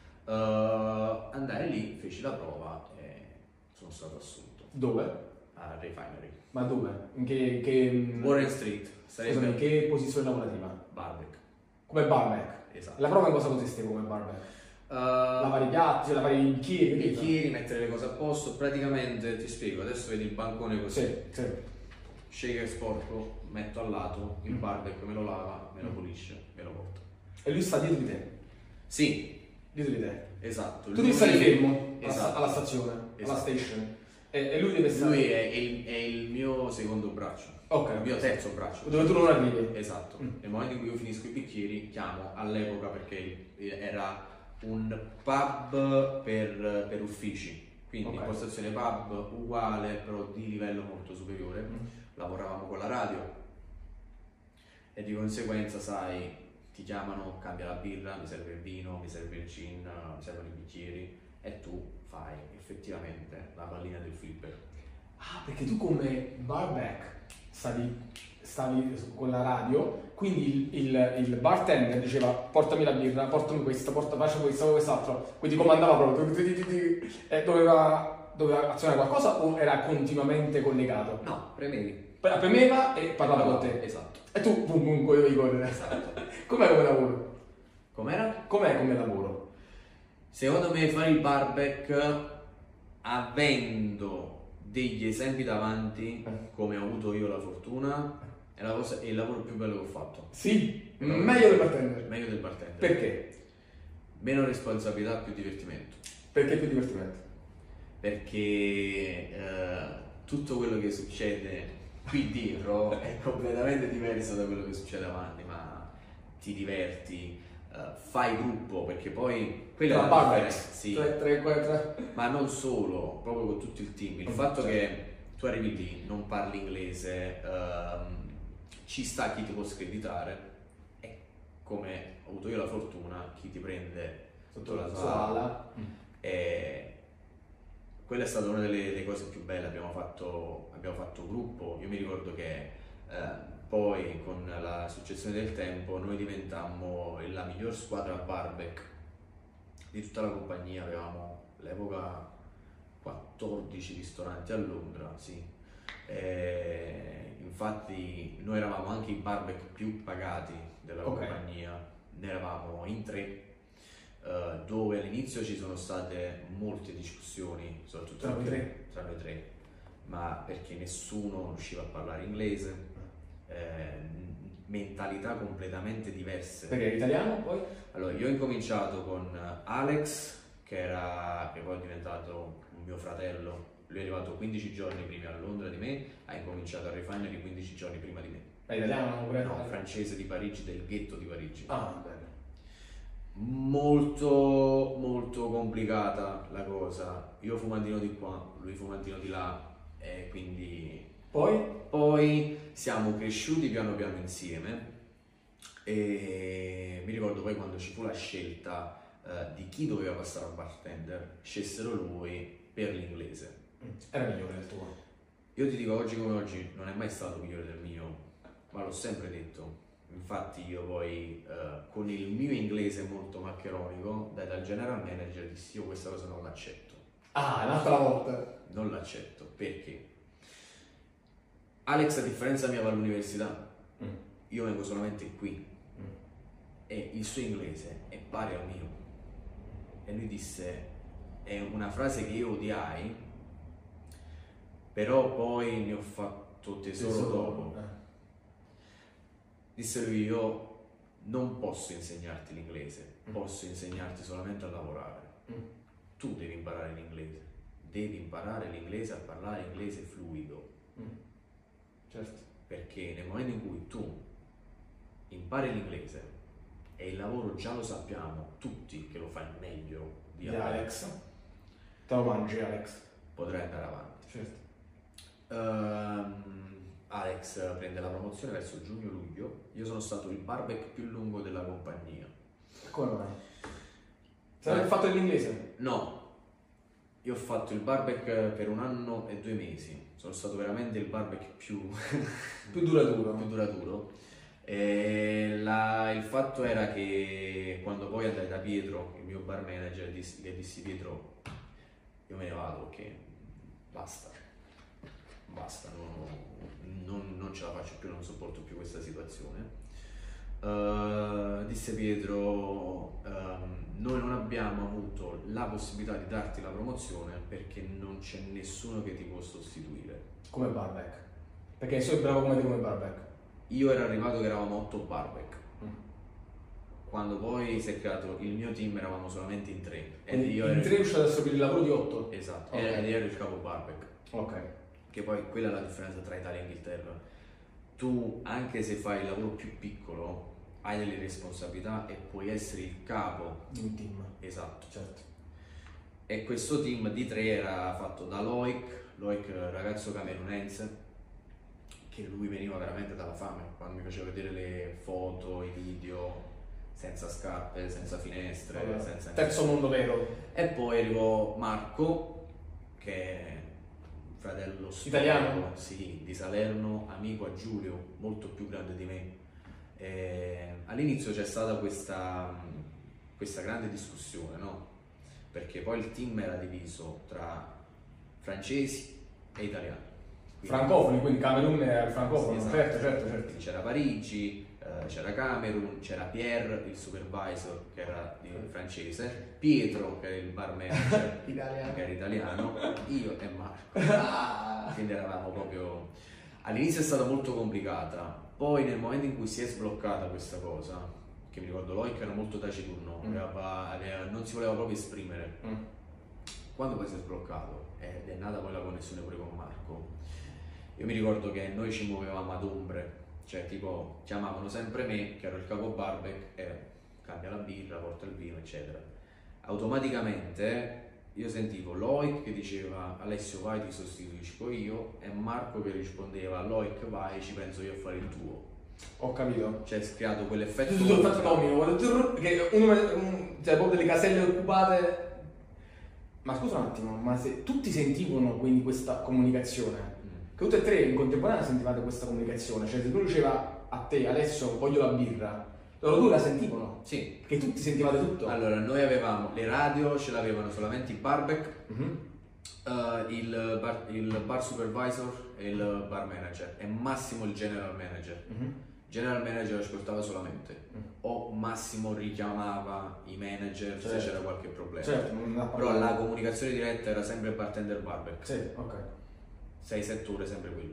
andò. Andai lì, feci la prova e sono stato assunto. Dove? A Refinery. Ma dove? In che Warren Street. Scusami, in che posizione lavorativa? Barback. Come barback? Esatto. La prova in cosa consisteva come barback? Lavare i piatti, lavare i bicchieri, mettere le cose a posto. Praticamente ti spiego, adesso vedi il bancone così. Sì. Shaker sporco, metto al lato, il barback me lo lava, me lo pulisce, me lo porta. E lui sta dietro di te? Sì. Dietro di te? Esatto. Tu devi stare fermo esatto. alla stazione, alla station. E lui deve stare... Lui è il mio secondo braccio. Ok. Il mio terzo braccio. Dove tu non arrivi. Esatto. Nel momento in cui io finisco i bicchieri, chiamo all'epoca perché era un pub per uffici. Quindi impostazione pub uguale, però di livello molto superiore. Lavoravamo con la radio e di conseguenza, sai, ti chiamano, cambia la birra, mi serve il vino, mi serve il gin, mi servono i bicchieri e tu fai effettivamente la pallina del flipper. Ah, perché tu come barback stavi con la radio, quindi il bartender diceva portami la birra, portami questa, faccia questo, quest'altro, quindi comandava proprio, doveva azionare qualcosa o era continuamente collegato? No, premevi. Premeva e parlava con te. Esatto. E tu boom, dovevi correre. Esatto. Com'è come lavoro? Com'era? Com'è come lavoro? Secondo me fare il barback avendo degli esempi davanti, come ho avuto io la fortuna, è il lavoro più bello che ho fatto. Sì, meglio del bartender. Meglio del bartender. Perché? Meno responsabilità, più divertimento. Perché più divertimento? Perché tutto quello che succede qui dietro è completamente diverso da quello che succede avanti, ma ti diverti, fai gruppo, perché poi quella è la differenza. Sì. 3. Ma non solo, proprio con tutto il team. Il fatto che tu arrivi lì, non parli inglese, ci sta chi ti può screditare e come ho avuto io la fortuna, chi ti prende sotto la sala. E quella è stata una delle cose più belle. Abbiamo fatto gruppo. Io mi ricordo che poi con la successione del tempo noi diventammo la miglior squadra barback di tutta la compagnia. Avevamo all'epoca 14 ristoranti a Londra, sì. Infatti noi eravamo anche i barback più pagati della compagnia, ne eravamo in 3, dove all'inizio ci sono state molte discussioni, soprattutto tra noi tre, ma perché nessuno riusciva a parlare inglese, mentalità completamente diverse. Perché è italiano poi? Allora, io ho incominciato con Alex, che poi è diventato un mio fratello. Lui è arrivato 15 giorni prima a Londra di me, ha incominciato a Refinery 15 giorni prima di me. È italiano? No, francese di Parigi, del ghetto di Parigi. Ah, bene. Molto molto complicata la cosa. Io fumantino di qua, lui fumantino di là, e quindi poi siamo cresciuti piano piano insieme. E mi ricordo poi quando ci fu la scelta di chi doveva passare al bartender, scelsero lui per l'inglese. Era migliore del tuo? Io ti dico, oggi come oggi non è mai stato migliore del mio, ma l'ho sempre detto. Infatti io poi con il mio inglese molto maccheronico, dal general manager dissi: io questa cosa non l'accetto. Ah, un'altra volta. Non l'accetto, perché Alex, a differenza mia, va all'università, io vengo solamente qui e il suo inglese è pari al mio. E lui disse, è una frase che io odiai, però poi ne ho fatto tesoro dopo. Disse lui, io non posso insegnarti l'inglese, posso insegnarti solamente a lavorare. Tu devi imparare l'inglese, devi imparare l'inglese a parlare inglese fluido. Certo. Perché nel momento in cui tu impari l'inglese e il lavoro già lo sappiamo tutti che lo fai meglio di Alex, te lo mangi Alex, potrai andare avanti. Certo. Alex prende la promozione verso giugno-luglio. Io sono stato il barback più lungo della compagnia. Come mai? Hai fatto dell'inglese? No, io ho fatto il barback per 1 anno e 2 mesi. Sono stato veramente il barback più duraturo. Il fatto era che quando poi andai da Pietro, il mio bar manager, le dissi Pietro, io me ne vado perché basta, non ce la faccio più, non sopporto più questa situazione. Disse Pietro, noi non abbiamo avuto la possibilità di darti la promozione perché non c'è nessuno che ti può sostituire. Come barback? Perché sono bravo come te come barback. Io ero arrivato che eravamo 8 barback. Quando poi si è creato il mio team eravamo solamente in 3. In 3 riuscite ad assorbire il lavoro di 8? Esatto, ed io ero il capo barback. Ok. Che poi quella è la differenza tra Italia e Inghilterra. Tu, anche se fai il lavoro più piccolo, hai delle responsabilità e puoi essere il capo di un team. Esatto. Certo. E questo team di 3 era fatto da Loic, ragazzo camerunense, che lui veniva veramente dalla fame. Quando mi faceva vedere le foto, i video, senza scarpe, senza finestre, senza terzo mondo vero. E poi arrivò Marco, che è un fratello italiano, sì, di Salerno, amico a Giulio, molto più grande di me. All'inizio c'è stata questa grande discussione, no? Perché poi il team era diviso tra francesi e italiani. Francofoni, quindi Camerun era francofono, sì, esatto. Certo. C'era Parigi, c'era Camerun, c'era Pierre, il supervisor, che era francese, Pietro, che era il bar manager, che era italiano, io e Marco. Quindi eravamo proprio... All'inizio è stata molto complicata, poi nel momento in cui si è sbloccata questa cosa, che mi ricordo Loic era molto taciturno, non si voleva proprio esprimere. Quando poi si è sbloccato ed è nata poi la connessione pure con Marco, io mi ricordo che noi ci muovevamo ad ombre, cioè tipo chiamavano sempre me, che ero il capo barback, e cambia la birra, porta il vino, eccetera. Automaticamente io sentivo Loic che diceva Alessio vai, ti sostituisco io, e Marco che rispondeva Loic vai, ci penso io a fare il tuo. Ho capito. Cioè si è creato quell'effetto domino, che cioè proprio delle caselle occupate. Ma scusa un attimo, ma se tutti sentivano quindi questa comunicazione, che tutte e 3 in contemporanea sentivate questa comunicazione, cioè se tu diceva a te adesso voglio la birra, loro 2 la sentivano? Sì. Che tutti sentivate tutto? Allora, noi avevamo le radio, ce l'avevano solamente i barback, il bar supervisor e il bar manager, e massimo il general manager. General manager ascoltava solamente, o massimo richiamava i manager se c'era qualche problema. Però la comunicazione diretta era sempre bartender barback. Sì, ok. 6-7 ore sempre quello.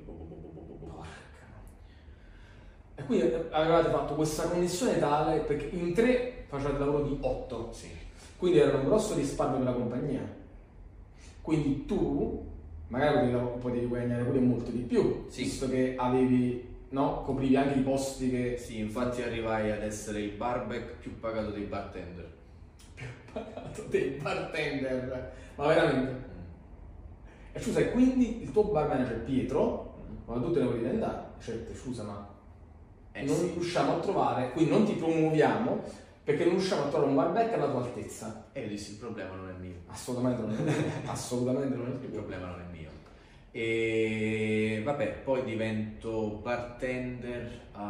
E quindi avevate fatto questa connessione tale perché in 3 facevate il lavoro di 8. Sì. Quindi era un grosso risparmio per la compagnia. Quindi tu magari potevi guadagnare pure molto di più, visto che avevi, no? Coprivi anche i posti che... Sì, infatti arrivai ad essere il barback più pagato dei bartender. Più pagato dei bartender? Ma veramente? E scusa, e quindi il tuo bar manager Pietro, quando tu te ne volevi andare, certo, scusa, ma non riusciamo a trovare, quindi non ti promuoviamo perché non riusciamo a trovare un barback alla tua altezza. E io dissi il problema non è mio. Assolutamente non è mio. Assolutamente non è mio. Il problema non è mio. E vabbè, poi divento bartender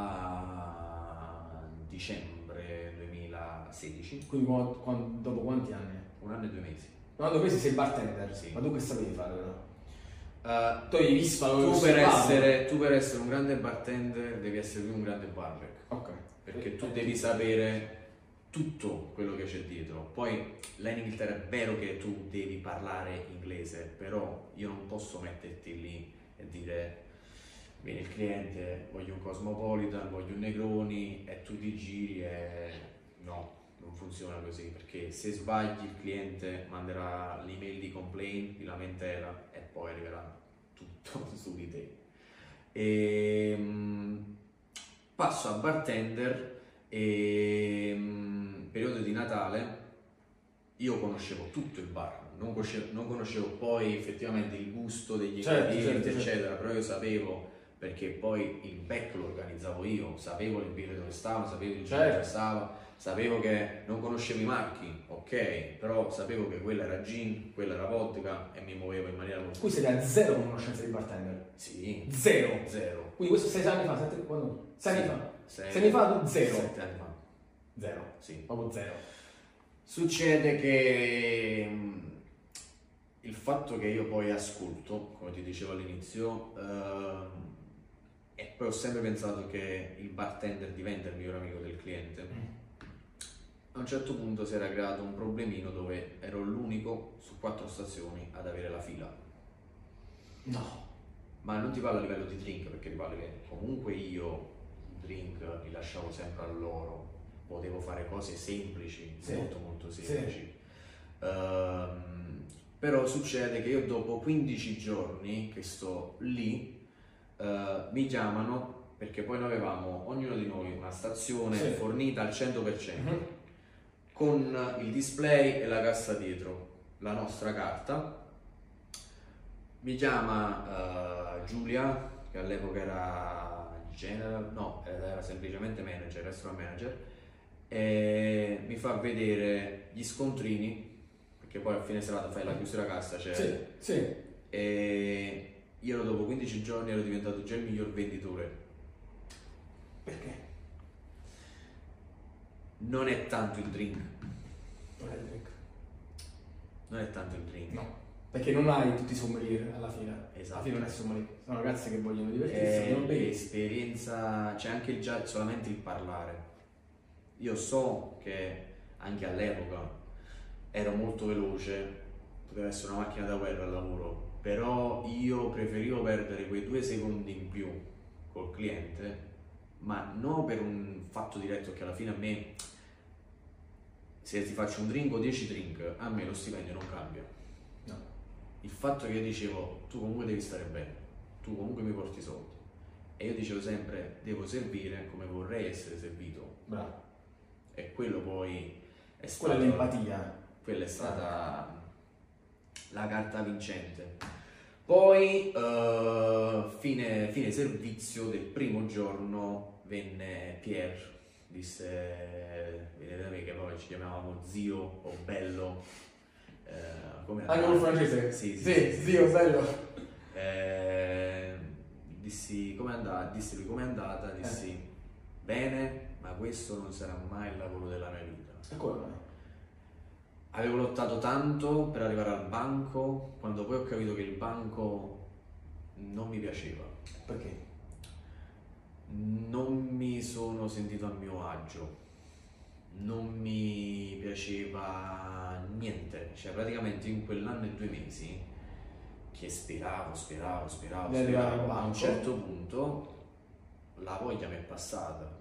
a dicembre 2016. Quindi dopo quanti anni? 1 anno e 2 mesi. 1 anno e 2 mesi sei bartender? Sì. Ma tu che sapevi fare però? Tu hai visto, tu per essere un grande bartender devi essere più un grande barback. Ok. Perché tu devi sapere tutto quello che c'è dietro. Poi là in Inghilterra è vero che tu devi parlare inglese, però io non posso metterti lì e dire Viene il cliente, voglio un Cosmopolitan, voglio un Negroni, e tu ti giri e no, non funziona così, perché se sbagli il cliente manderà l'email di complaint, di lamentela, e poi arriverà tutto su di te. Passo a bartender e periodo di Natale io conoscevo tutto il bar, non conoscevo poi effettivamente il gusto degli ingredienti, eccetera, però io sapevo, perché poi il back lo organizzavo io, sapevo le birre dove stavano, sapevo il gin dove stava, sapevo che non conoscevo i marchi, ok, però sapevo che quella era gin, quella era vodka e mi muovevo in maniera molto... Qui sei a zero conoscenza di bartender? Sì. Zero? Zero. Quindi questo 6 anni fa, 7, quando? 6 anni fa? 6 anni fa tu zero? 7 anni fa. Zero? Sì. Proprio zero. Succede che il fatto che io poi ascolto, come ti dicevo all'inizio, e poi ho sempre pensato che il bartender diventa il miglior amico del cliente. A un certo punto si era creato un problemino dove ero l'unico su 4 stazioni ad avere la fila. No. Ma non ti parlo a livello di drink, perché ti parlo che comunque io drink li lasciavo sempre a loro, potevo fare cose semplici, molto molto semplici. Però succede che io dopo 15 giorni che sto lì mi chiamano, perché poi noi avevamo ognuno di noi una stazione fornita al 100%, con il display e la cassa dietro, la nostra carta. Mi chiama Giulia, che all'epoca era general, no, era semplicemente manager, restaurant manager, e mi fa vedere gli scontrini, perché poi a fine serata fai la chiusura cassa, cioè, e io dopo 15 giorni ero diventato già il miglior venditore. Perché? Non è tanto il drink. Non è il drink. Non è tanto il drink. No. Perché non hai tutti i sommelier alla fine. Esatto. Alla fine non è sommelier, sono ragazzi che vogliono divertirsi, vogliono bere. L'esperienza, c'è anche già solamente il parlare. Io so che anche all'epoca ero molto veloce, poteva essere una macchina da guerra al lavoro, però io preferivo perdere quei 2 secondi in più col cliente, ma non per un fatto diretto, che alla fine a me, se ti faccio un drink o 10 drink, a me lo stipendio non cambia. No. Il fatto che io dicevo, tu comunque devi stare bene, tu comunque mi porti i soldi, e io dicevo sempre, devo servire come vorrei essere servito. Bravo. E quello poi è stato... Quella è l'empatia. Quella è stata la carta vincente. Poi, fine servizio del primo giorno, venne Pierre, disse, vedete me che poi ci chiamavamo zio o bello. Come anche col francese? Sì, zio, bello. Dissi come è andata? Dissi lui come è andata? Dissi bene, ma questo non sarà mai il lavoro della mia vita. E come mai? Avevo lottato tanto per arrivare al banco, quando poi ho capito che il banco non mi piaceva. Perché? Non mi sono sentito a mio agio, non mi piaceva niente, cioè praticamente in quell'anno e 2 mesi che speravo, a un certo punto la voglia mi è passata.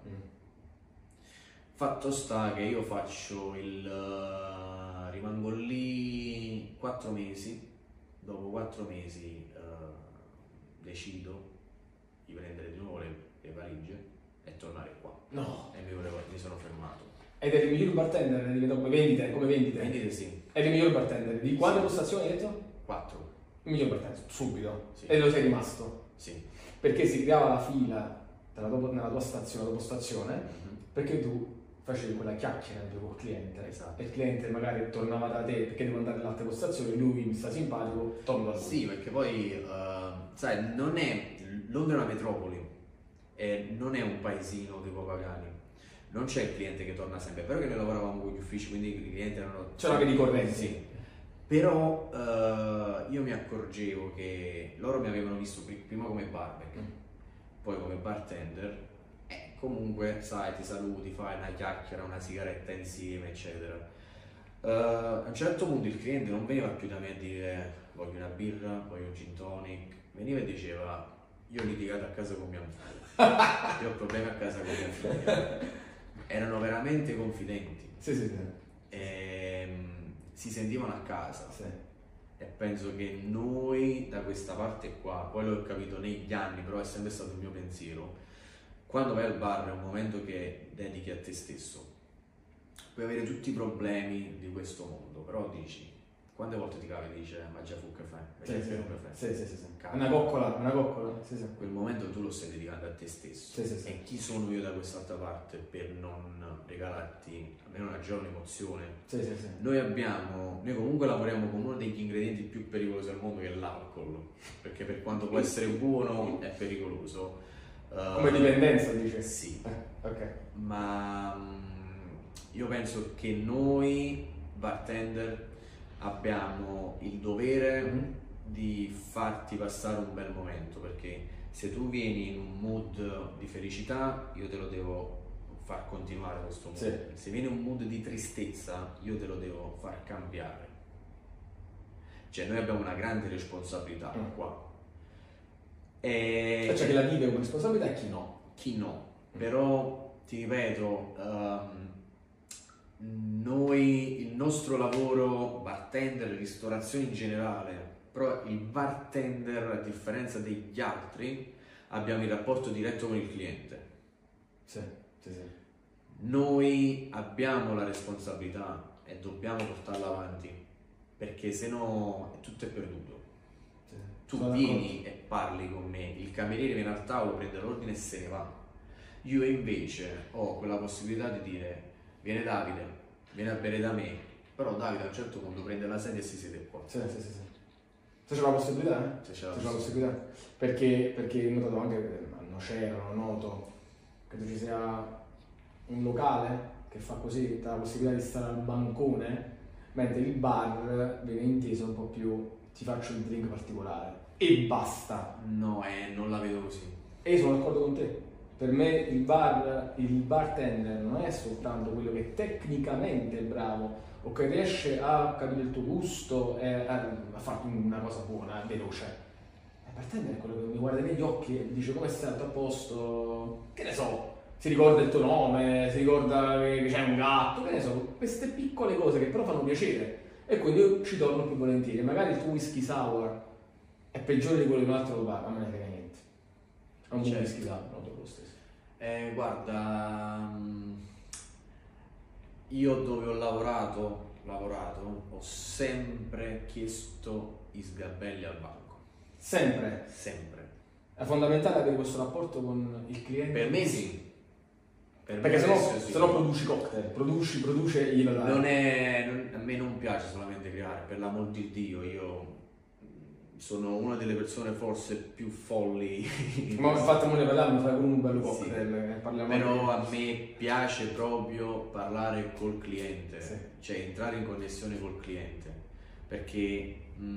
Fatto sta che io faccio rimango lì 4 mesi, dopo 4 mesi decido di prendere di nuovo le valigie e tornare qua. No. E mi sono fermato. Ed eri il miglior bartender, eri diventato come vendite? Vendite sì. Eri il miglior bartender. Di quante postazioni hai detto? 4. Il miglior bartender, subito. Sì. E lo sei rimasto? Sì. Perché si creava la fila nella tua stazione, dopo stazione, perché tu facevi quella chiacchiera col cliente. Esatto. E il cliente magari tornava da te perché devo andare nell'altra postazione, lui mi sta simpatico, torno da lui. Sì, perché poi, sai, non è Londra è una metropoli, non è un paesino dei Papagani. Non c'è il cliente che torna sempre, però che noi lavoravamo con gli uffici, quindi i clienti erano... C'erano anche ricorrenti. Sì. Però io mi accorgevo che loro mi avevano visto prima come barback, poi come bartender, e comunque, sai, ti saluti, fai una chiacchiera, una sigaretta insieme, eccetera. A un certo punto il cliente non veniva più da me a dire voglio una birra, voglio un gin tonic, veniva e diceva io ho litigato a casa con mia moglie, io ho problemi a casa con mia figlia. Erano veramente confidenti. Sì, sì, sì. Si sentivano a casa. Sì. E penso che noi da questa parte qua, poi l'ho capito negli anni, però è sempre stato il mio pensiero, quando vai al bar è un momento che dedichi a te stesso. Puoi avere tutti i problemi di questo mondo, però dici, quante volte ti capi e dici, ma già fu un caffè? Sì. Una coccola. Sì, sì. Quel momento tu lo stai dedicando a te stesso. Sì. E chi sono io da quest'altra parte per non regalarti almeno una giorno emozione? Sì. Noi comunque lavoriamo con uno degli ingredienti più pericolosi al mondo, che è l'alcol, perché per quanto può essere buono è pericoloso. Come dipendenza, dice? Sì. Ok. Ma io penso che noi bartender abbiamo il dovere di farti passare un bel momento, perché se tu vieni in un mood di felicità io te lo devo far continuare questo mood. Sì. Se vieni in un mood di tristezza io te lo devo far cambiare. Cioè noi abbiamo una grande responsabilità qua. Cioè chi la vive come responsabilità e chi no. Chi no. Però ti ripeto, noi, il nostro lavoro, bartender, ristorazione in generale, però il bartender, a differenza degli altri, abbiamo il rapporto diretto con il cliente. Sì. Noi abbiamo la responsabilità e dobbiamo portarla avanti, perché se no tutto è perduto. Sì. Tu vieni e parli con me, il cameriere viene al tavolo, prende l'ordine e se ne va. Io invece ho quella possibilità di dire, viene Davide, viene a bere da me, però Davide a un certo punto prende la sedia e si siede qua. Sì. Se c'è la possibilità, Se c'è la possibilità. Perché ho notato anche a Nocera, noto, credo ci sia un locale che fa così, dà la possibilità di stare al bancone, mentre il bar viene inteso un po' più, ti faccio il drink particolare e basta. No, non la vedo così. E sono d'accordo con te. Per me il bartender non è soltanto quello che tecnicamente è bravo o che riesce a capire il tuo gusto e a fare una cosa buona, veloce. Il bartender è quello che mi guarda negli occhi e mi dice come stai, tutto a posto, che ne so, si ricorda il tuo nome, si ricorda che c'è un gatto, che ne so, queste piccole cose che però fanno piacere e quindi io ci torno più volentieri. Magari il tuo whisky sour è peggiore di quello di un altro bar, a me ne frega niente. È un buon whisky sour, non lo stesso. Guarda, io dove ho lavorato, ho sempre chiesto i sgabelli al banco. Sempre? Sempre. È fondamentale avere questo rapporto con il cliente? Per me sì. Perché se no produci cocktail, produce e glielo dai. A me non piace solamente creare, per l'amor di Dio, io sono una delle persone forse più folli. Ma infatti non ne parliamo, fai un bello Sì. cocktail. Però a me piace proprio parlare col cliente, sì. Cioè entrare in connessione col cliente, perché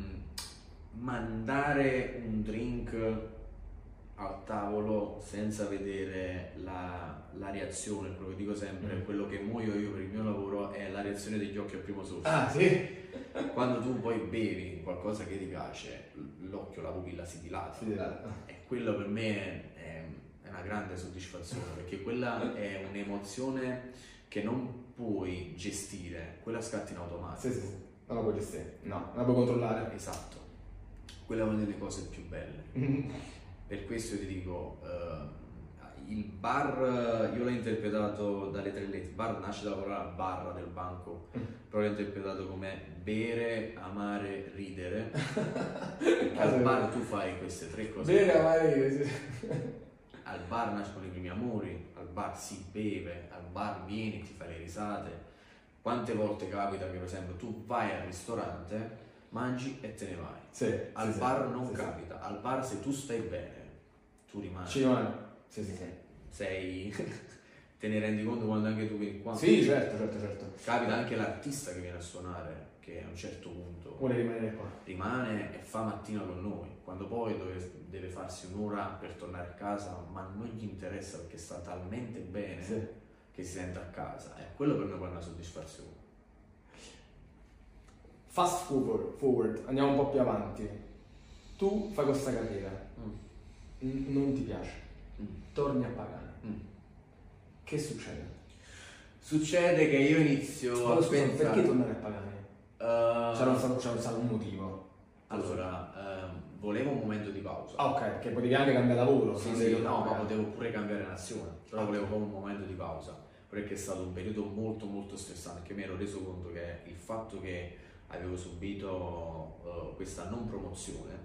mandare un drink al tavolo senza vedere la reazione, quello che dico sempre, quello che muoio io per il mio lavoro è la reazione degli occhi al primo sorso. Ah, sì? Quando tu poi bevi qualcosa che ti piace, l'occhio, la pupilla si dilata. E quello per me è una grande soddisfazione, perché quella è un'emozione che non puoi gestire, quella scatta in automatico. Sì. Non la puoi gestire, no, non la puoi controllare. Esatto, quella è una delle cose più belle. Per questo ti dico, il bar, io l'ho interpretato dalle tre lettere, il bar nasce dalla parola barra del banco, però l'ho interpretato come bere, amare, ridere. Al bar tu fai queste tre cose. Bere, amare, ridere, sì. Al bar nascono i primi amori, al bar si beve, al bar vieni, ti fai le risate. Quante volte capita che per esempio tu vai al ristorante, mangi e te ne vai. Sì, al bar non capita, al bar se tu stai bene, tu rimani. Ci rimani. Sì. Sei... te ne rendi conto quando anche tu vieni qua? Sì, certo. Capita anche l'artista che viene a suonare, che a un certo punto vuole rimanere qua. Rimane e fa mattina con noi. Quando poi deve farsi un'ora per tornare a casa, ma non gli interessa perché sta talmente bene che si sente a casa. E quello per me poi è una soddisfazione. Fast forward, andiamo un po' più avanti. Tu fai questa carriera. non ti piace, torni a pagare, che succede? Succede che io inizio a pensare... Perché tornare a pagare? C'era stato un motivo. Allora, volevo un momento di pausa. Ah, ok, che potevi anche cambiare lavoro. Sì, no, ma potevo pure cambiare nazione, però volevo proprio un momento di pausa, perché è stato un periodo molto molto stressante, che mi ero reso conto che il fatto che avevo subito questa non promozione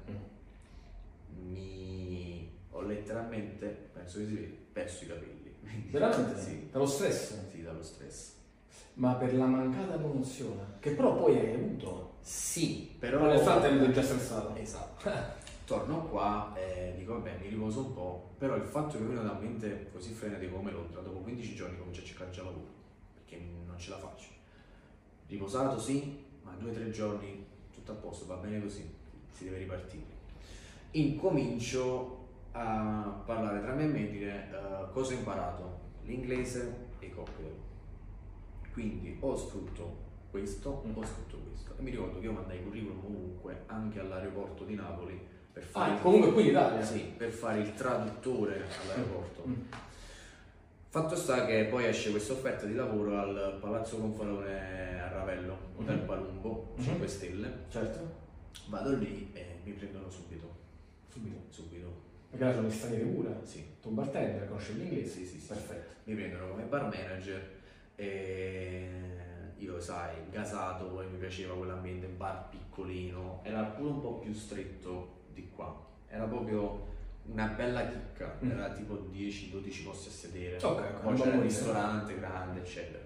mi ho letteralmente, penso che si vede, perso i capelli. Veramente? Sì. Dallo stress? Sì, dallo stress. Ma per la mancata promozione, che però poi hai avuto. Sì, però nel frattempo eri già stressato. Esatto. Torno qua e dico vabbè, mi riposo un po', però il fatto che uno da una mente così frenetico come Londra, dopo 15 giorni comincia a cercare già lavoro, perché non ce la faccio. Riposato sì, ma 2-3 giorni tutto a posto, va bene così, si deve ripartire. Incomincio a parlare tra me e me e dire cosa ho imparato, l'inglese e i cocktail. Quindi o sfrutto questo o sfrutto questo. E mi ricordo che io mandai curriculum ovunque, anche all'aeroporto di Napoli, per fare comunque qui in Italia? Sì, per fare il traduttore all'aeroporto. Fatto sta che poi esce questa offerta di lavoro al Palazzo Gonfalone a Ravello, Hotel Palumbo, 5 stelle. Certo. Vado lì e mi prendono subito. Subito. Perché là sono gli stranieri pure? Sì. Tu un bartender, conosci l'inglese? Sì. Perfetto. Mi prendono come bar manager e io, sai, gasato, poi mi piaceva quell'ambiente, bar piccolino, era pure un po' più stretto di qua, era proprio una bella chicca, era tipo 10-12 posti a sedere, poi c'era un ristorante grande, eccetera.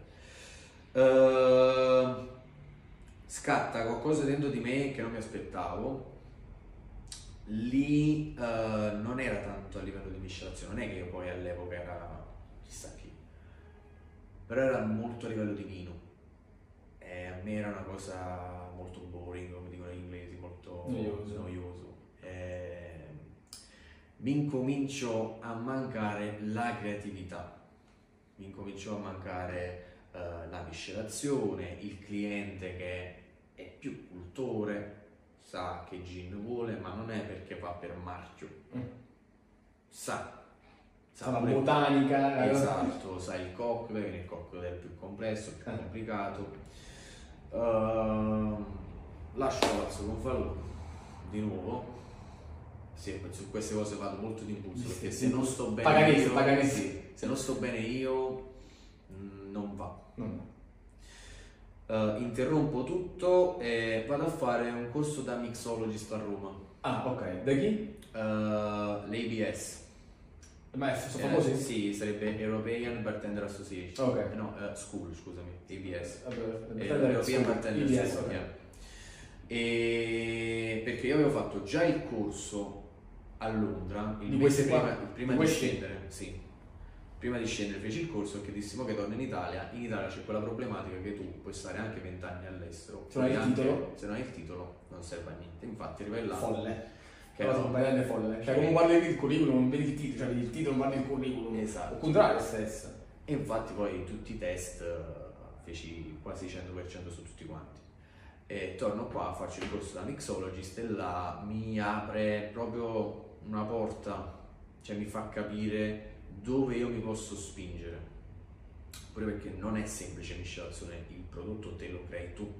Scatta qualcosa dentro di me che non mi aspettavo. Lì non era tanto a livello di miscelazione, non è che io poi all'epoca era chissà chi, però era molto a livello di vino e a me era una cosa molto boring, come dicono gli inglesi, molto noioso. Mi incomincio a mancare la creatività, mi incominciò a mancare la miscelazione, il cliente che è più cultore, sa che gin vuole, ma non è perché va per marchio, sa la botanica, esatto, sa il cocktail è più complesso, più complicato. Lascio Palazzo Gonfalone di nuovo. Sì, su queste cose vado molto di impulso, perché se non sto bene io, se non sto bene io non va. Interrompo tutto e vado a fare un corso da mixologist a Roma. Ah, ok. Da chi? L'ABS. Ma è famoso? Sì, sarebbe European Bartender Association. Ok. No, School, scusami, ABS. European Bartender Association. Okay. E perché io avevo fatto già il corso a Londra, prima di scendere, sì. Prima di scendere feci il corso perché dissimo che torno in Italia c'è quella problematica che tu puoi stare anche 20 anni all'estero. Se non hai il titolo non serve a niente, infatti arrivai là. Folle. Che era folle. Cioè come guardi il curriculum, non vedi il titolo, cioè vedi il titolo, non guardi il curriculum. Esatto. O contrario stesso. E infatti poi tutti i test feci quasi 100% su tutti quanti. E torno qua, faccio il corso da mixologist e là mi apre proprio una porta, cioè mi fa capire dove io mi posso spingere, pure perché non è semplice miscelazione, il prodotto te lo crei tu,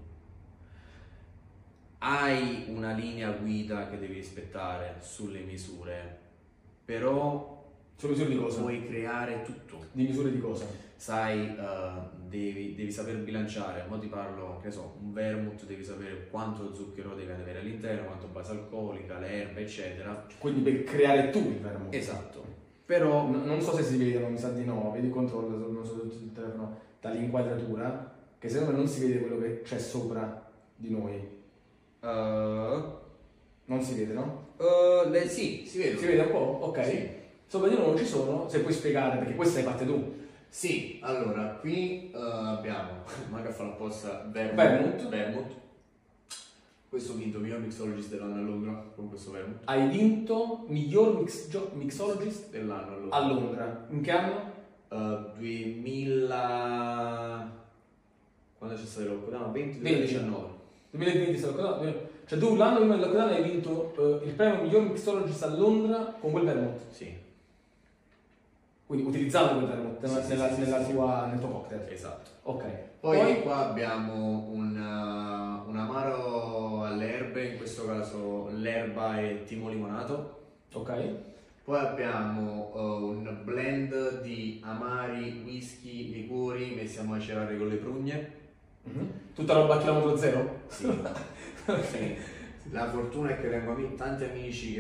hai una linea guida che devi rispettare sulle misure, però sulle misure di cosa? Puoi creare tutto. Di misure di cosa? Sai, devi saper bilanciare, mo ti parlo, che so, un vermouth, devi sapere quanto zucchero devi avere all'interno, quanto base alcolica, le erbe, eccetera. Quindi per creare tu il vermouth. Esatto. Però non so se si vedono, mi sa di no, vedi il controllo, non so sul telefono, dall'inquadratura, che secondo me non si vede quello che c'è sopra di noi. Non si vede, no? Sì, si vede. Si vede un po'? Ok. Sì. Sopra di noi non ci sono, se puoi spiegare, perché questa hai fatte tu. Sì, allora, qui abbiamo, manca a fare apposta, Vermouth. Questo vinto miglior mixologist dell'anno a Londra con questo vermouth. Hai vinto miglior mixologist dell'anno a Londra. In che anno? 2000... Quando c'è stato il lockdown? 2019. 2020 sta lockdown. Cioè tu l'anno prima del lockdown hai vinto il premio miglior mixologist a Londra con quel vermouth. Sì. Quindi utilizzando quel vermouth nel tuo cocktail. Esatto. Ok. Poi qua abbiamo un amaro alle erbe, in questo caso l'erba e timo limonato. Ok. Poi abbiamo un blend di amari, whisky, liquori messi a macerare con le prugne. Tutta roba a chilometro zero? Sì. Sì. La fortuna è che tengo tanti amici che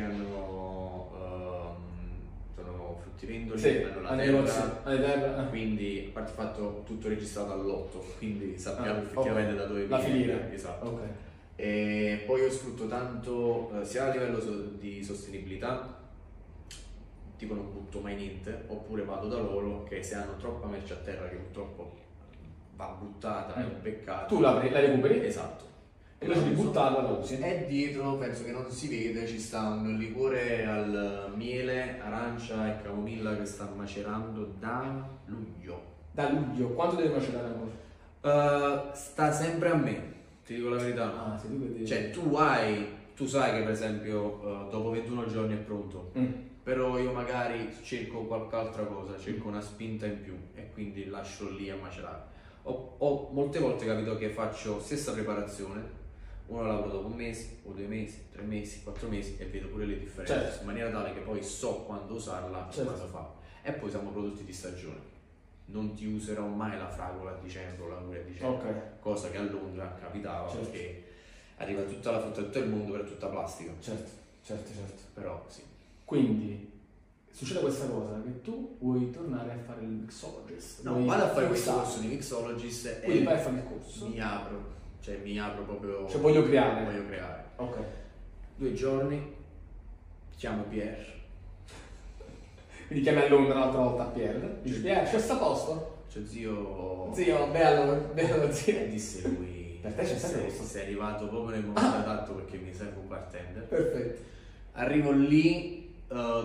sono fruttivendoli, hanno la terra, quindi a parte il fatto tutto registrato all'otto, quindi sappiamo effettivamente da dove la filiera. Esatto. Okay. E poi io sfrutto tanto sia a livello di sostenibilità, tipo non butto mai niente, oppure vado da loro che se hanno troppa merce a terra che purtroppo va buttata, è un peccato. Tu la recuperi? Esatto. E invece di buttarla la usi. E dietro, penso che non si vede, ci sta un liquore al miele, arancia e camomilla che sta macerando da luglio. Da luglio? Quanto deve macerare ancora? Sta sempre a me, ti dico la verità. Se tu vedi... Cioè tu sai che per esempio dopo 21 giorni è pronto. Però io magari cerco qualche altra cosa, cerco una spinta in più e quindi lascio lì a macerare. Molte volte capito che faccio stessa preparazione, uno lavoro dopo un mese, o 2 mesi, 3 mesi, 4 mesi e vedo pure le differenze, certo, in maniera tale che poi so quando usarla e quando fa. E poi siamo prodotti di stagione. Non ti userò mai la fragola a dicembre o la mura a dicembre, cosa che a Londra capitava, certo, perché arriva tutta la frutta di tutto il mondo per tutta plastica. Certo. Però sì. Quindi succede questa cosa che tu vuoi tornare a fare il mixologist. No, vado a fare questo corso di mixologist e vai a fare il corso. Mi apro proprio. Cioè voglio creare. Ok. 2 giorni, chiamo Pierre. Quindi chiami a Londra un'altra volta Pierre. Dici Pierre, c'è sta posto? Cioè zio, bello zio. E disse lui. Per te c'è sempre posto. Sei arrivato proprio nel momento adatto perché mi serve un bartender. Perfetto. Arrivo lì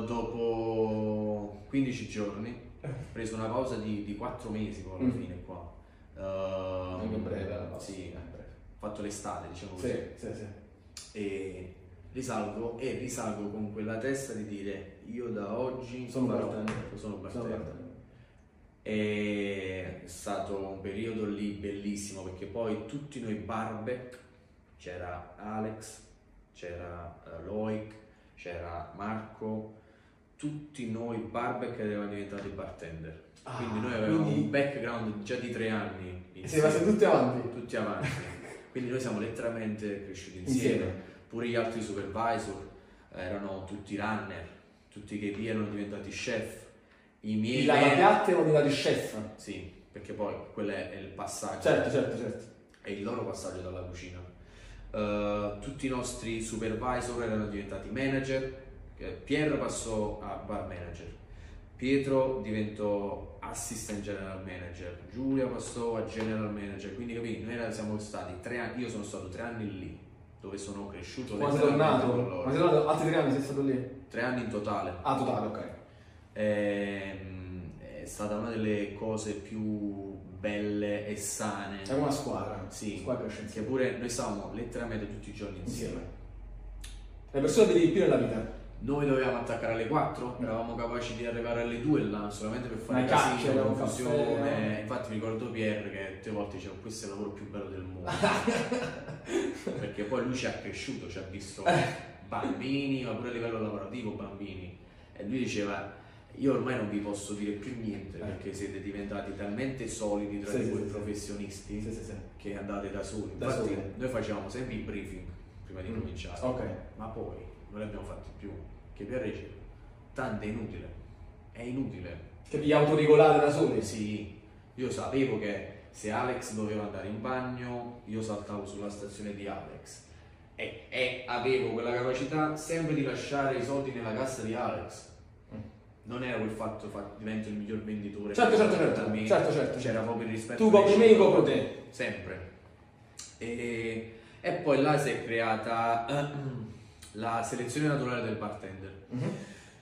dopo 15 giorni, ho preso una pausa di 4 mesi poi alla fine qua. Breve la pausa. Sì, ho fatto l'estate, diciamo così. Sì. E risalgo con quella testa di dire io da oggi sono bartender. È stato un periodo lì bellissimo perché poi tutti noi barbe, c'era Alex, c'era Loic, c'era Marco, tutti noi barbe che eravamo diventati bartender. Quindi noi avevamo un background già di 3 anni. E siete passati tutti avanti? Tutti avanti. Quindi noi siamo letteralmente cresciuti insieme. Pure gli altri supervisor erano tutti runner, tutti i KP erano diventati chef. I miei lavapiatti erano diventati chef? Sì, perché poi quello è il passaggio. Certo. È il loro passaggio dalla cucina. Tutti i nostri supervisor erano diventati manager. Pierre passò a bar manager. Pietro diventò assistant general manager, Giulia passò a general manager, quindi capì, noi siamo stati 3 anni, io sono stato 3 anni lì, dove sono cresciuto. Quando sei tornato? Ma sei tornato altri 3 anni, sei stato lì? 3 anni in totale. Totale, ok. È stata una delle cose più belle e sane. È una squadra. Sì, che pure noi stavamo letteralmente tutti i giorni insieme. Le persone devi più nella vita. Noi dovevamo attaccare alle 4, eravamo capaci di arrivare alle 2 là, solamente per fare casino, confusione. Infatti mi ricordo Pierre che tutte le volte diceva questo è il lavoro più bello del mondo. Perché poi lui ci ha cresciuto, ci ha visto bambini, ma pure a livello lavorativo bambini. E lui diceva io ormai non vi posso dire più niente perché siete diventati talmente solidi tra di voi professionisti che andate da soli. Infatti noi facevamo sempre i briefing prima di cominciare, ma poi non li abbiamo fatti più, che per reggere tanto è inutile che vi autoregolate da soli. Sì, io sapevo che se Alex doveva andare in bagno io saltavo sulla stazione di Alex e avevo quella capacità sempre di lasciare i soldi nella cassa di Alex. Non era quel fatto divento il miglior venditore. Certo. C'era proprio il rispetto. Tu copri me, io copro te. Sempre. E poi là si è creata la selezione naturale del bartender.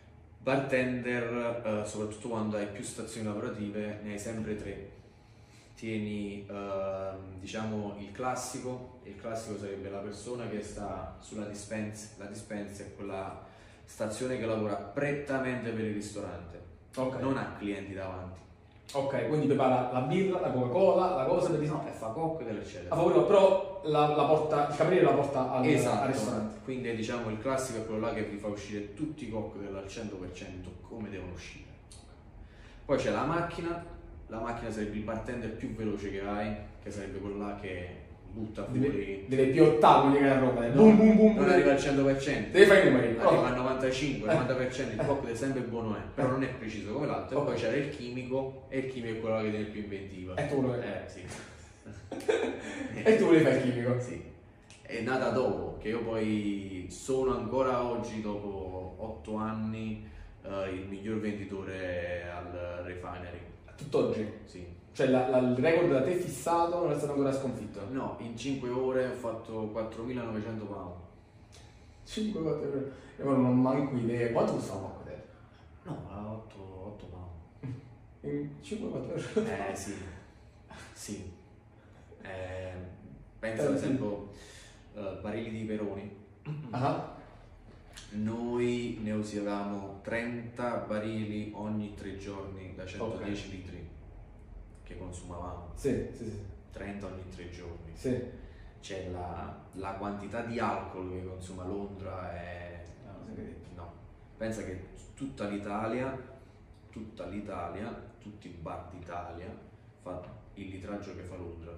Bartender, soprattutto quando hai più stazioni lavorative, ne hai sempre 3. tieni diciamo il classico sarebbe la persona che sta sulla dispensa, la dispensa è quella stazione che lavora prettamente per il ristorante, non ha clienti davanti. Ok, quindi prepara la birra, la Coca-Cola, la cosa per no, e fa cocktail eccetera. Però la porta, il cameriere la porta al ristorante. Quindi diciamo il classico è quello là che vi fa uscire tutti i cocktail al 100% come devono uscire. Poi c'è la macchina sarebbe il bartender più veloce che hai, che sarebbe quello là che butta fuori. Deve piottare quelli che a Roma, boom boom boom. Non arriva al 100%. Deve fare i numeri. Arriva al 95, 90%, il cocktail è sempre buono però non è preciso come l'altro. E poi c'era il chimico, e il chimico è quello che tiene più inventiva. E tu lo sì. E tu volevi fare il chimico? Sì. È nata dopo, che io poi sono ancora oggi, dopo 8 anni, il miglior venditore al refinery. Tutt'oggi? Sì. Cioè il record da te fissato non è stato ancora sconfitto? No, in 5 ore ho fatto 4.900 pound. 5 ore? Io non ho manco idea. Quanto costava un cocktail? No, 8 pound. In 5-4 ore? Sì. Sì. Penso ad esempio barili di Peroni. Noi ne usavamo 30 barili ogni 3 giorni da 110 litri che consumavamo. Sì. 30 ogni 3 giorni. Sì. C'è la quantità di alcol che consuma Londra è... No. Pensa che tutta l'Italia, tutti i bar d'Italia fa il litraggio che fa Londra.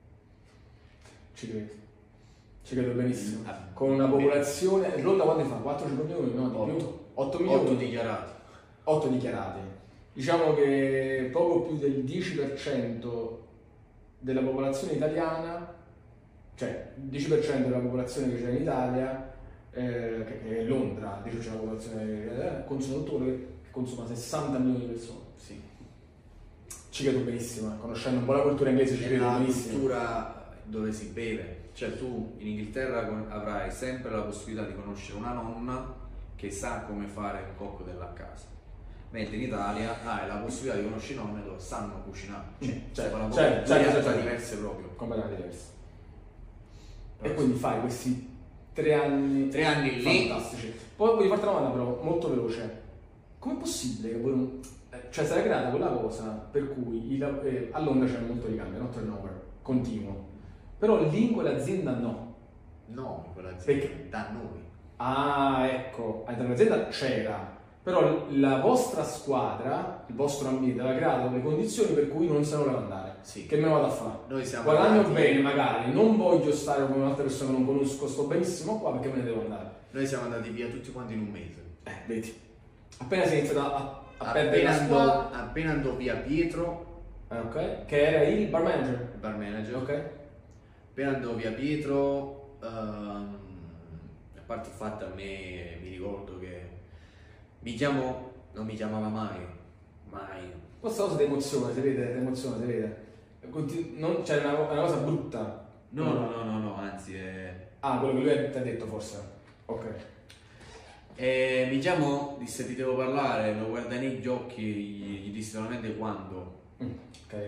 Ci credo benissimo. Con una popolazione... Londra quanto fa? 4-5 milioni? No, di 8. più? 8 milioni? 8 dichiarati. 8 dichiarati. Diciamo che poco più del 10% della popolazione italiana, cioè il 10% della popolazione che c'è in Italia, che è Londra, c'è una popolazione consuma tutto quello che consuma 60 milioni di persone. Sì. Ci credo benissimo, conoscendo un po' la cultura inglese ci credo benissimo. La cultura dove si beve, cioè tu in Inghilterra avrai sempre la possibilità di conoscere una nonna che sa come fare un cocktail a casa, mentre in Italia hai la possibilità di conoscere nonne dove sanno cucinare, cioè con diverse proprio. Completamente diverse. E quindi fai questi 3 anni lì fantastici. Poi voglio farti una domanda però molto veloce. Com'è possibile che voi cioè sarà creata quella cosa per cui a Londra c'è molto ricambio, no? Turnover continuo, però lì in quell'azienda no. No, in quell'azienda perché? Da noi. Ah, ecco, all'interno dell'azienda c'era, però la vostra squadra, il vostro ambiente aveva creato le condizioni per cui non se ne voleva andare. Sì. Che me ne vado a fare? Noi siamo guadagno bene magari, non voglio stare con un'altra persona che non conosco, sto benissimo qua perché me ne devo andare. Noi siamo andati via tutti quanti in un mese. Vedi. Appena si è iniziato a perdere la squadra. Appena andò via Pietro. Ok, che era il bar manager. Il bar manager. Ok. Appena andò via Pietro, a parte il fatto, a me mi ricordo che non mi chiamava mai. Questa cosa di emozione, si vede. C'è una cosa brutta. No, anzi è... Ah, quello che lui ti ha detto forse. Ok. Mi chiamò, disse ti devo parlare, lo guardai negli occhi, gli disse solamente quando. Ok.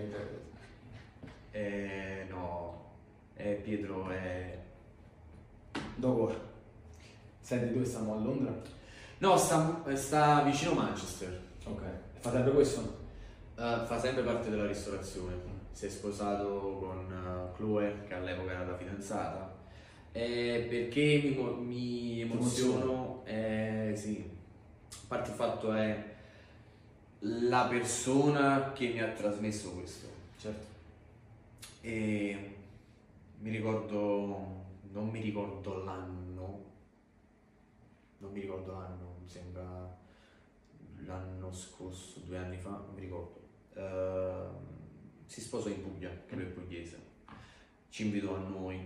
No, Pietro è... Dopo. Senti, dove stiamo? A Londra? No, sta vicino Manchester. Ok. Fa sempre questo? Fa sempre parte della ristorazione. Si è sposato con Chloe, che all'epoca era la fidanzata. Perché mi emoziono? Sì. A parte il fatto è la persona che mi ha trasmesso questo. Certo. E non mi ricordo l'anno, mi sembra l'anno scorso, 2 anni fa, non mi ricordo. Si sposò in Puglia, che lui è pugliese, ci invitò a noi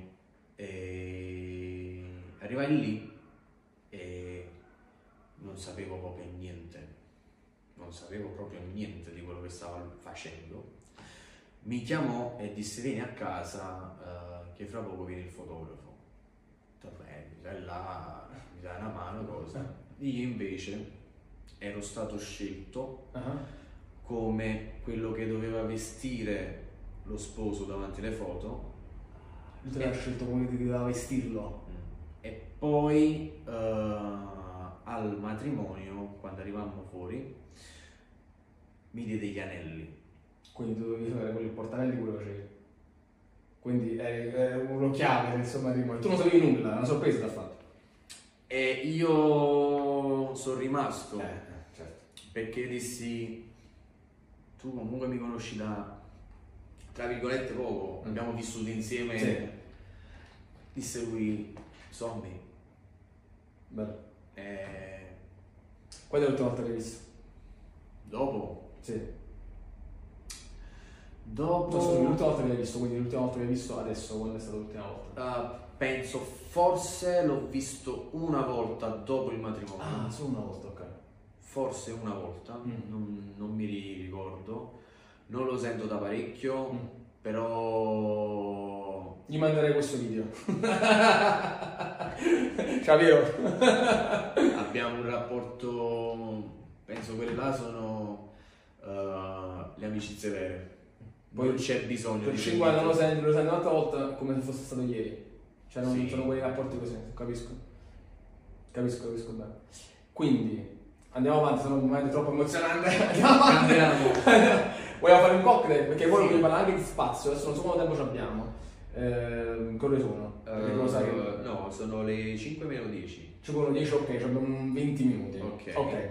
e arrivai lì e non sapevo proprio niente di quello che stava facendo. Mi chiamò e disse vieni a casa che fra poco viene il fotografo. Vai là, mi dai una mano, cosa. Io invece ero stato scelto come quello che doveva vestire lo sposo davanti alle foto. Lui te l'ha scelto come ti doveva vestirlo. E poi al matrimonio, quando arrivammo fuori, mi diede gli anelli. Quindi tu dovevi fare quello, il portanelli quello facevi. Quindi è uno chiave del suo matrimonio. Tu non sapevi nulla, una sorpresa ti ha fatto. E io sono rimasto, Certo. perché dissi, tu comunque mi conosci da, tra virgolette, poco, abbiamo vissuto insieme. Sì. Disse lui, Sommi. Bello. E Qual è l'ultima volta che hai visto? dopo? Sì. Dopo... No, scusa, l'ultima volta che l'hai visto, quindi l'ultima volta che hai visto adesso, quando è stata l'ultima volta? Penso forse l'ho visto una volta dopo il matrimonio. Ah, solo una volta, ok. Forse una volta, non mi ricordo. Non lo sento da parecchio, però... Gli manderei questo video. Ciao Piero. Abbiamo un rapporto, penso quelle là sono le amicizie vere. Poi non c'è bisogno per 50 lo senti un'altra volta come se fosse stato ieri. Cioè non Sì. sono quei rapporti così, capisco bene. Quindi andiamo avanti, se no ormai è troppo emozionante. Andiamo. Vogliamo fare un cocktail? Perché poi voglio parlare anche di spazio, adesso non so quanto tempo ci abbiamo. Che ore sono? Perché lo sai che... No, sono le 5 meno 10. Ci vogliono 10, ok, ci abbiamo 20 minuti. Ok.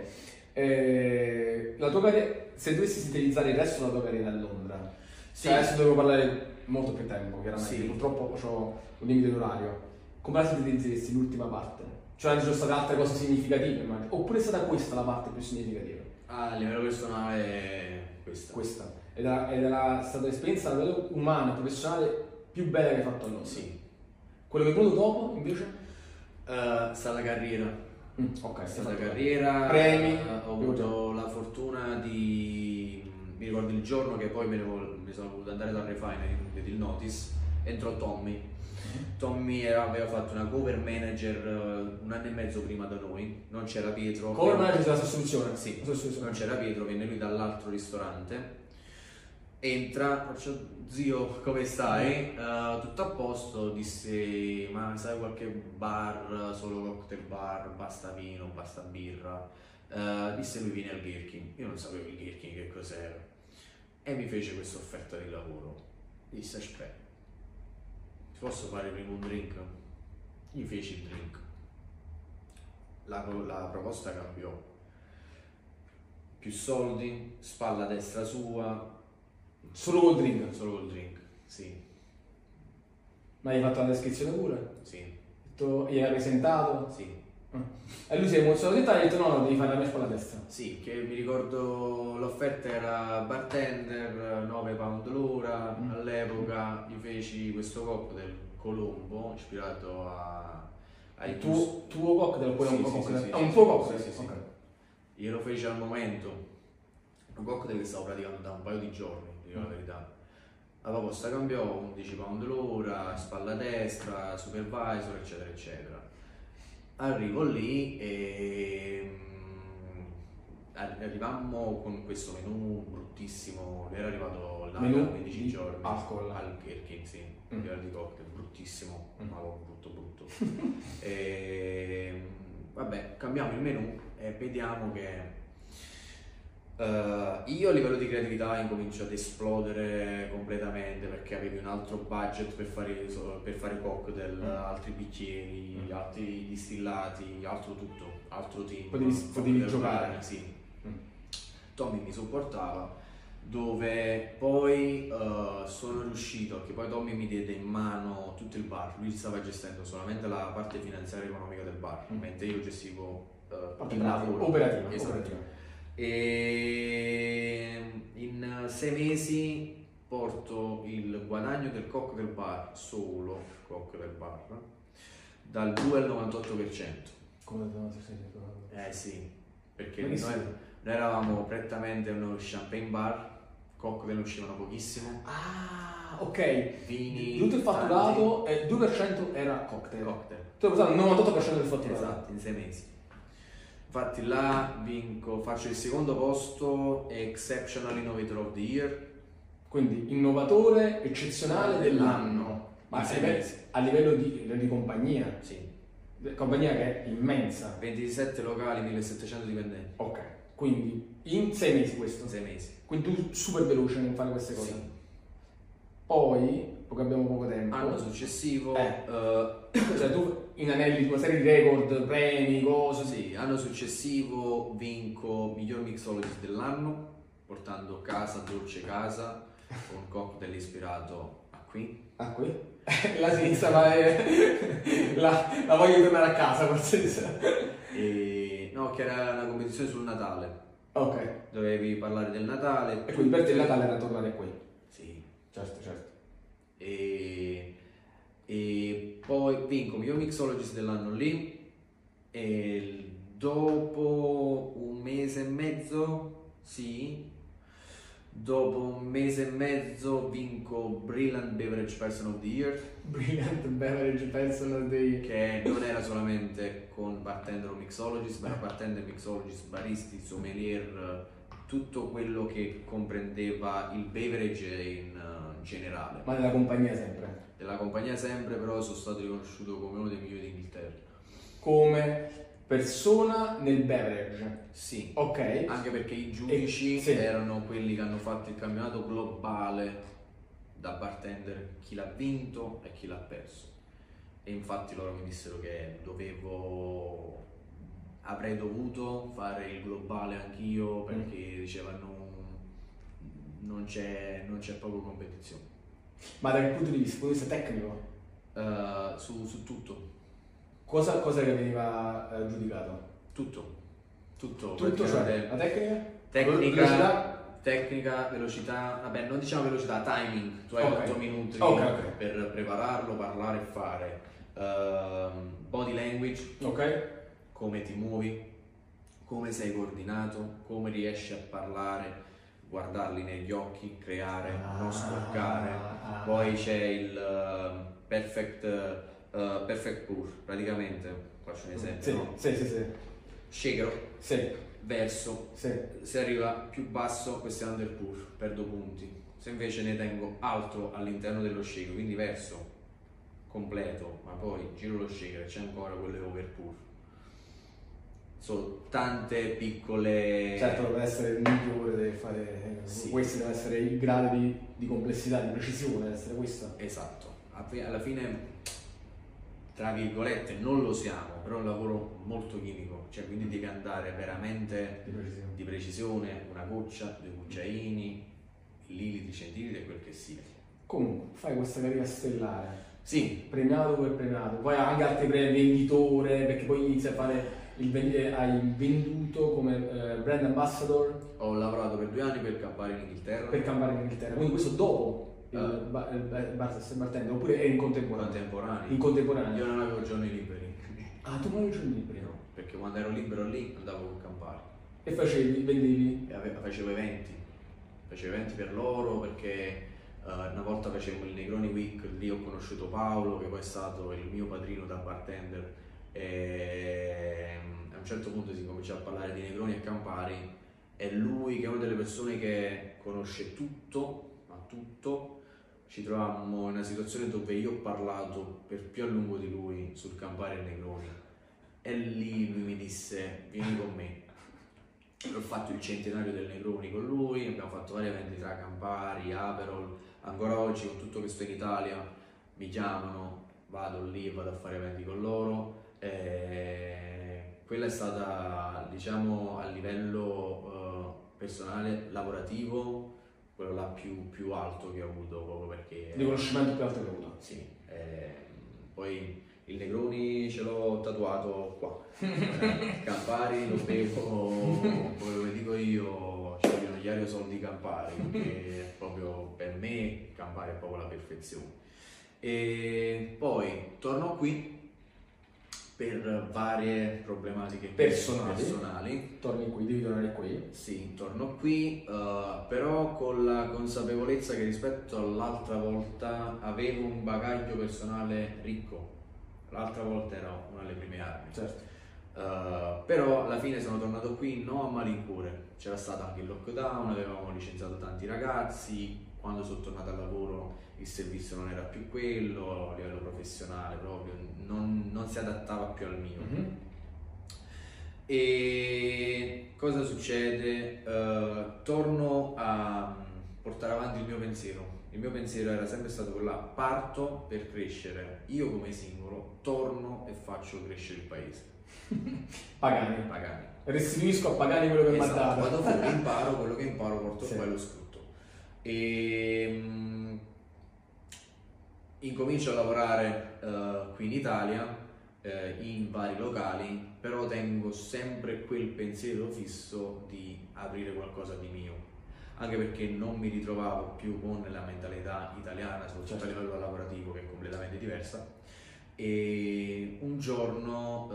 La tua carriera, se dovessi sintetizzare il resto della tua carriera a Londra, Sì. cioè adesso devo parlare molto più tempo, chiaramente, Sì. purtroppo ho un limite d'orario. Come la sintetizzeresti l'ultima parte? Cioè ci sono state altre cose significative, oppure è stata questa la parte più significativa? A livello personale questa. Questa. Ed era stata l'esperienza a livello umano e professionale più bella che hai fatto a Londra? Sì. Quello che è venuto dopo, invece? Sta la carriera. Ok, Stata carriera, premi. Ho avuto la fortuna di, mi ricordo il giorno che poi mi sono voluto andare dal refinery, vedi il notice, entrò Tommy. Tommy aveva fatto una cover manager un anno e mezzo prima da noi, non c'era Pietro. Cover manager della sostituzione? Sì, non c'era Pietro, venne lui dall'altro ristorante. Entra, faccio, zio, come stai? Tutto a posto, disse, ma sai qualche bar, solo cocktail bar, basta vino, basta birra? Disse lui, vieni al Gherkin. Io non sapevo il Gherkin che cos'era. E mi fece questa offerta di lavoro. Disse, aspetta, ti posso fare prima un drink? Gli feci il drink. La proposta cambiò. Più soldi, spalla destra sua. Solo col drink? Solo col drink, sì. Ma hai fatto la descrizione pure? Sì. Gli hai presentato? Sì. E lui si è emozionato e ha detto no, devi fare la mia spalla destra. Sì, che mi ricordo l'offerta era bartender, 9 pound l'ora, all'epoca gli feci questo cocktail Colombo ispirato ai tuo cocktail oppure un cocktail? Sì, un tuo cocktail? Sì. Okay. Io lo feci al momento, un cocktail che stavo praticando da un paio di giorni, dico la verità. La proposta cambiò, 11 pound l'ora, spalla destra, supervisor, eccetera, eccetera. Arrivo lì e arrivammo con questo menù bruttissimo, era arrivato là da 15 giorni. Alcol. Al Gherkin, sì, era di cocktail, bruttissimo, ma brutto. E vabbè, cambiamo il menù e vediamo che io a livello di creatività incomincio ad esplodere completamente perché avevi un altro budget per fare cocktail, altri bicchieri, altri distillati, altro tutto, altro team. Potevi giocare. Sì. Tommy mi supportava, dove poi sono riuscito, che poi Tommy mi diede in mano tutto il bar, lui stava gestendo solamente la parte finanziaria e economica del bar, mentre io gestivo il lavoro operativa. Esatto. E in 6 mesi porto il guadagno del cocktail bar, solo cocktail bar, dal 2 al 98%. Come Sì, perché noi eravamo prettamente uno champagne bar, cocktail ne uscivano pochissimo. Ah, ok. Vini. Tutto il fatturato, 2% era cocktail. Tu hai usato il 98% del fatturato. Esatto, in 6 mesi. Infatti là faccio il secondo posto Exceptional Innovator of the Year. Quindi innovatore eccezionale dell'anno. Ma a livello di compagnia? Sì. Compagnia che è immensa. 27 locali, 1700 dipendenti. Ok, quindi in 6 mesi questo? 6 mesi. Quindi tu super veloce nel fare queste cose. Sì. Poi, perché abbiamo poco tempo. Anno successivo... cioè tu inanelli una serie di record, premi, cose. Sì, anno successivo vinco miglior mixologist dell'anno, portando casa, dolce casa, un cocktail ispirato a qui. A qui? La sinistra, ma la voglio tornare a casa forse. No, che era una competizione sul Natale. Ok. Dovevi parlare del Natale. E quindi per te il Natale era tornare qui? Sì. Certo. E poi vinco miglior mixologist dell'anno lì, e dopo un mese e mezzo, dopo un mese e mezzo vinco Brilliant Beverage Person of the Year. Brilliant Beverage Person of the Year. Che non era solamente con bartender o mixologist, ma era bartender, mixologist, baristi, sommelier, tutto quello che comprendeva il beverage in generale. Ma della compagnia sempre? Della compagnia sempre, però sono stato riconosciuto come uno dei migliori d'Inghilterra. Come persona nel beverage? Sì. Ok. Anche perché i giudici erano quelli che hanno fatto il campionato globale da bartender, chi l'ha vinto e chi l'ha perso. E infatti loro mi dissero che avrei dovuto fare il globale anch'io, perché dicevano non c'è proprio competizione. Ma da che punto di vista tecnico? Su tutto. Cosa che veniva giudicato? Tutto, cioè la tecnica, velocità, vabbè, non diciamo velocità, timing. Tu hai 8 minuti per prepararlo, parlare e fare. Body language, come ti muovi, come sei coordinato, come riesci a parlare, guardarli negli occhi, creare, non sporcare. Poi c'è il perfect pour, praticamente, faccio un esempio, no? Sì. Shakero, sì. Verso, se arriva più basso questo è under pour, perdo punti. Se invece ne tengo alto all'interno dello shaker, quindi verso completo, ma poi giro lo shaker e c'è ancora quello over pour. Sono tante piccole... Certo, deve essere il migliore, deve fare... Questo deve essere il grado di complessità, di precisione, deve essere questo. Esatto. Alla fine, tra virgolette, non lo siamo, però è un lavoro molto chimico, cioè quindi devi andare veramente di precisione, una goccia, 2 cucciaini, millilitri, centilitri e quel che sia. Comunque, fai questa carriera stellare. Sì. Premiato per premiato, poi anche altri premi, venditore, perché poi inizi a fare... hai venduto come brand ambassador. Ho lavorato per 2 anni per campare in Inghilterra. Quindi questo dopo il bartender, oppure è in contemporanea? In contemporanea. Io non avevo giorni liberi. Ah, tu non avevi giorni liberi? No, perché quando ero libero lì andavo a campare. E vendevi? Facevo eventi per loro, perché una volta facevo il Negroni Week, lì ho conosciuto Paolo, che poi è stato il mio padrino da bartender. E a un certo punto si comincia a parlare di Negroni e Campari, e lui, che è una delle persone che conosce tutto, ma tutto, ci trovammo in una situazione dove io ho parlato per più a lungo di lui sul Campari e Negroni, e lì lui mi disse vieni con me. Ho fatto il centenario del Negroni con lui, abbiamo fatto vari eventi tra Campari, Aperol, ancora oggi con tutto che sto in Italia mi chiamano, vado lì e vado a fare eventi con loro. Quella è stata, diciamo, a livello personale, lavorativo, quello là più alto che ho avuto, proprio perché... Riconoscimento più alto che ho avuto? Sì. Poi il Negroni ce l'ho tatuato qua. Campari lo bevo, come dico io, ci vogliono gli aerosol Campari, perché proprio per me Campari è proprio la perfezione. E poi torno qui per varie problematiche personali. Torni qui, devi tornare qui? Sì, torno qui, però con la consapevolezza che rispetto all'altra volta avevo un bagaglio personale ricco. L'altra volta ero una delle prime armi. Certo. Però alla fine sono tornato qui non a malincuore. C'era stato anche il lockdown, avevamo licenziato tanti ragazzi, quando sono tornato al lavoro il servizio non era più quello, a livello professionale proprio, non si adattava più al mio. E cosa succede? Torno a portare avanti il mio pensiero. Il mio pensiero era sempre stato quello là: parto per crescere, io come singolo torno e faccio crescere il paese. Pagani. Restituisco a Pagani quello che mi ha dato. Vado fuori, imparo quello che imparo, porto qua e lo sfrutto. E incomincio a lavorare qui in Italia, in vari locali, però tengo sempre quel pensiero fisso di aprire qualcosa di mio, anche perché non mi ritrovavo più con la mentalità italiana, soprattutto a livello lavorativo, che è completamente diversa. E un giorno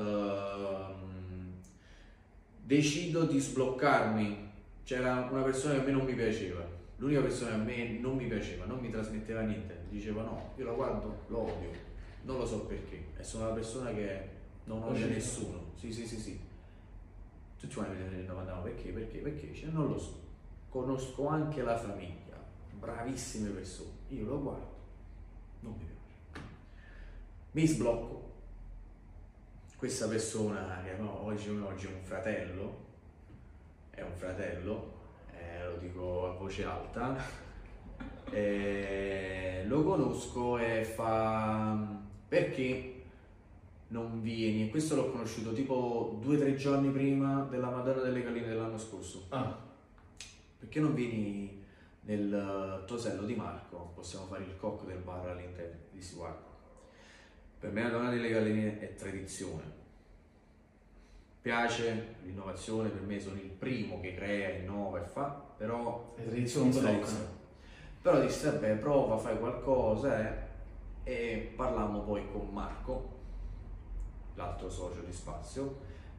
decido di sbloccarmi. C'era una persona che a me non mi piaceva, l'unica persona che a me non mi piaceva, non mi trasmetteva niente, diceva no, io la guardo, lo odio, non lo so perché, e sono una persona che non odia nessuno. Sì. Tutti quanti mi domandavano perché, cioè, non lo so, conosco anche la famiglia, bravissime persone, io lo guardo, non mi piace, mi sblocco. Questa persona che oggi è un fratello, lo dico a voce alta, lo conosco e fa: perché non vieni? E questo l'ho conosciuto tipo 2 o 3 giorni prima della Madonna delle Galline dell'anno scorso. Perché non vieni nel Tosello di Marco? Possiamo fare il cocktail bar all'interno. Dissi: guarda, per me la Madonna delle Galline è tradizione, piace l'innovazione, per me sono il primo che crea, innova e fa, però le tradizioni non tradizione. Però disse: vabbè, prova, fai qualcosa, e parlammo poi con Marco, l'altro socio di Spazio,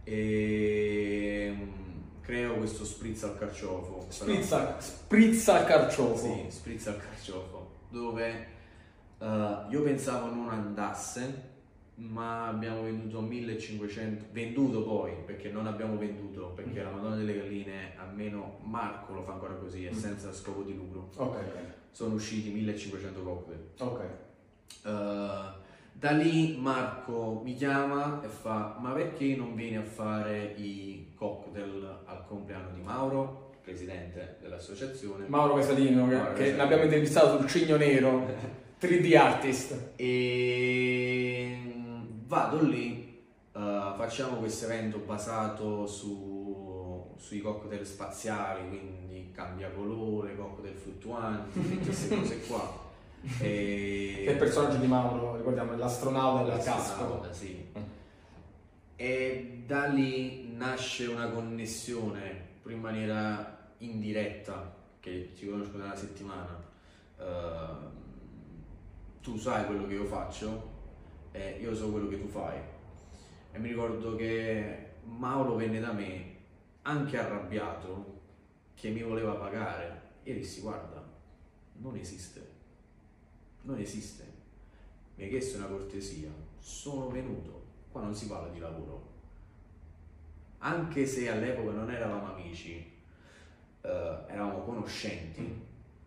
e creo questo spritz al carciofo. Spritz al carciofo. Sì, spritz al carciofo, dove io pensavo non andasse, ma abbiamo venduto 1500, venduto poi, perché non abbiamo venduto, perché la Madonna delle Galline, almeno Marco lo fa ancora così, è senza scopo di lucro. Sono usciti 1500 cocktail. Da lì Marco mi chiama e fa: ma perché non vieni a fare i cocktail al compleanno di Mauro, presidente dell'associazione? Mauro Casalino, che l'abbiamo intervistato sul Cigno Nero, 3D artist. E vado lì, facciamo questo evento basato sui cocktail spaziali, quindi cambia colore, cocktail fluttuanti, tutte queste cose qua. Che è il personaggio di Mauro, ricordiamo, è l'astronauta del casco. Sì. E da lì nasce una connessione, in maniera indiretta, che ci conosco da una settimana. Tu sai quello che io faccio e io so quello che tu fai. E mi ricordo che Mauro venne da me anche arrabbiato che mi voleva pagare. E dissi: guarda, non esiste, mi hai chiesto una cortesia, sono venuto, qua non si parla di lavoro, anche se all'epoca non eravamo amici, eravamo conoscenti,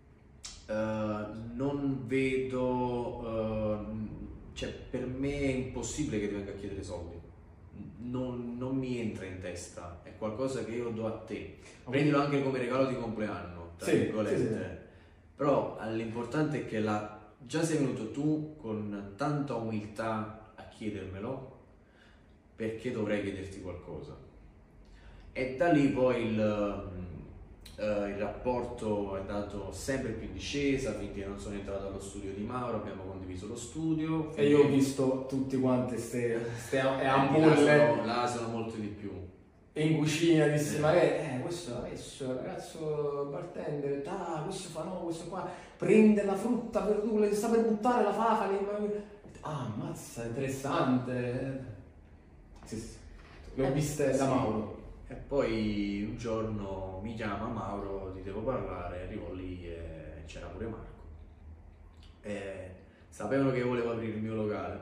non vedo, cioè per me è impossibile che ti venga a chiedere soldi, non mi entra in testa, è qualcosa che io do a te, prendilo anche come regalo di compleanno, tra virgolette. Però l'importante è che già sei venuto tu con tanta umiltà a chiedermelo, perché dovrei chiederti qualcosa. E da lì poi il rapporto è andato sempre più in discesa, finché non sono entrato allo studio di Mauro, abbiamo condiviso lo studio. E io ho visto tutti quanti queste ampolle. Là sono molto di più. E in cucina dissi: ma questo ragazzo bartender, questo fa questo qua prende la frutta, verdura, sta per buttare la fafa. Ammazza, interessante. Sì. L'ho viste da Mauro. E poi un giorno mi chiama Mauro, ti devo parlare, arrivo lì e c'era pure Marco. E sapevano che io volevo aprire il mio locale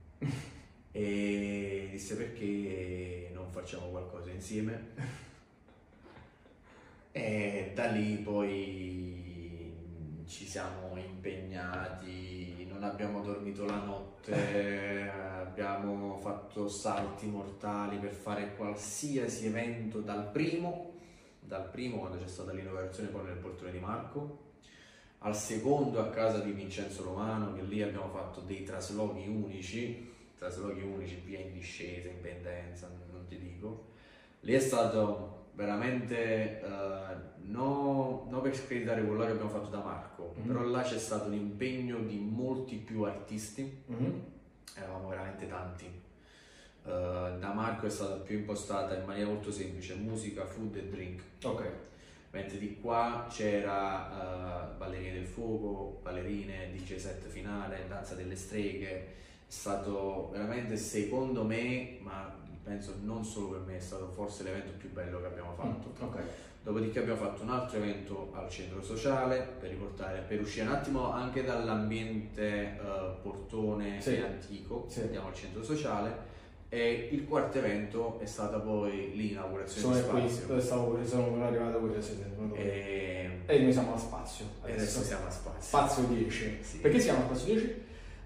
e disse: perché non facciamo qualcosa insieme? E da lì poi ci siamo impegnati, non abbiamo dormito la notte, abbiamo fatto salti mortali per fare qualsiasi evento dal primo quando c'è stata l'inaugurazione poi nel portone di Marco, al secondo a casa di Vincenzo Romano, che lì abbiamo fatto dei traslochi unici, via in discesa, in pendenza, non ti dico. Lì è stato veramente, no per screditare quello che abbiamo fatto da Marco, però là c'è stato un impegno di molti più artisti, eravamo veramente tanti. Da Marco è stata più impostata in maniera molto semplice, musica, food e drink. Ok. Mentre di qua c'era Ballerine del Fuoco, ballerine, DJ set finale, danza delle streghe. È stato veramente, secondo me, ma penso non solo per me, è stato forse l'evento più bello che abbiamo fatto. Okay. Dopodiché abbiamo fatto un altro evento al centro sociale per uscire un attimo anche dall'ambiente portone e antico, andiamo al centro sociale. E il quarto evento è stata poi l'inaugurazione di Spazio. Sono arrivato qui e noi siamo a Spazio. Adesso siamo a Spazio. Spazio 10. Sì. Perché siamo a Spazio 10?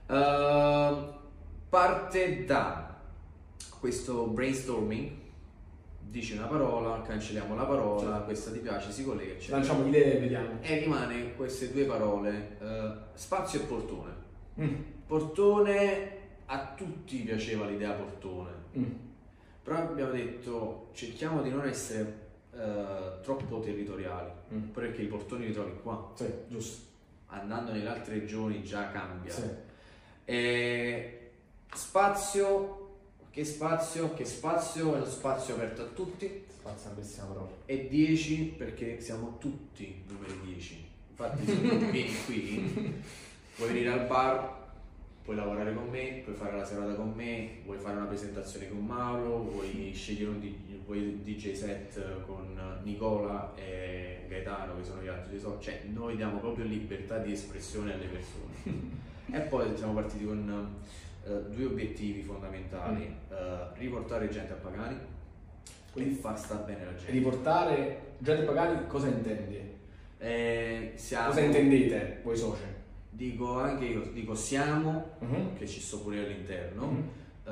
Parte da questo brainstorming, dici una parola, cancelliamo la parola, questa ti piace, si collega, eccetera. Lanciamo idee e vediamo. E rimane queste due parole, spazio e portone. Portone, a tutti piaceva l'idea portone, però abbiamo detto cerchiamo di non essere troppo territoriali, perché i portoni li trovi qua. Sì, giusto. Andando nelle altre regioni già cambia. Sì. E spazio, che spazio è lo spazio aperto a tutti. Spazio bellissima parola. E 10 perché siamo tutti numeri 10. Infatti se tu vieni qui, vuoi venire al bar, puoi lavorare con me, puoi fare la serata con me, vuoi fare una presentazione con Mauro, vuoi scegliere un DJ set con Nicola e Gaetano, che sono gli altri, cioè noi diamo proprio libertà di espressione alle persone. E poi siamo partiti con due obiettivi fondamentali: riportare gente a Pagani e far star bene la gente. Riportare gente a Pagani, cosa intendi? Cosa intendete voi soci? Dico anche io, siamo, che ci sto pure all'interno,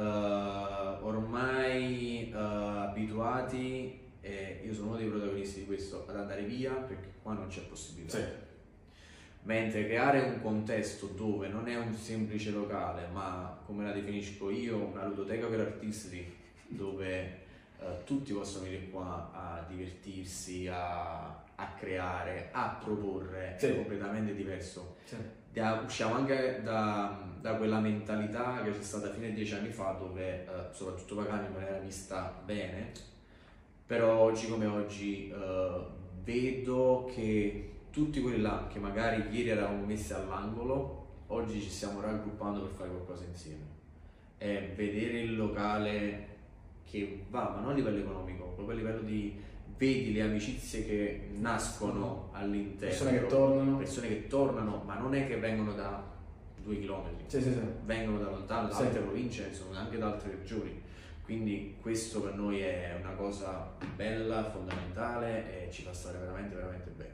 ormai abituati, e io sono uno dei protagonisti di questo, ad andare via perché qua non c'è possibilità. Sì. Mentre creare un contesto dove non è un semplice locale, ma come la definisco io, una ludoteca per artisti, dove tutti possono venire qua a divertirsi, a creare, a proporre, è completamente diverso. Sì. Usciamo anche da quella mentalità che c'è stata fino a 10 anni fa, dove soprattutto Pagani non era vista bene, però oggi come oggi vedo che tutti quelli là che magari ieri eravamo messi all'angolo, oggi ci stiamo raggruppando per fare qualcosa insieme, e vedere il locale che va, ma non a livello economico, proprio a livello di vedi le amicizie che nascono all'interno, persone che tornano, ma non è che vengono da 2 chilometri, vengono da lontano, da altre province, insomma, anche da altre regioni. Quindi questo per noi è una cosa bella, fondamentale, e ci fa stare veramente veramente bene.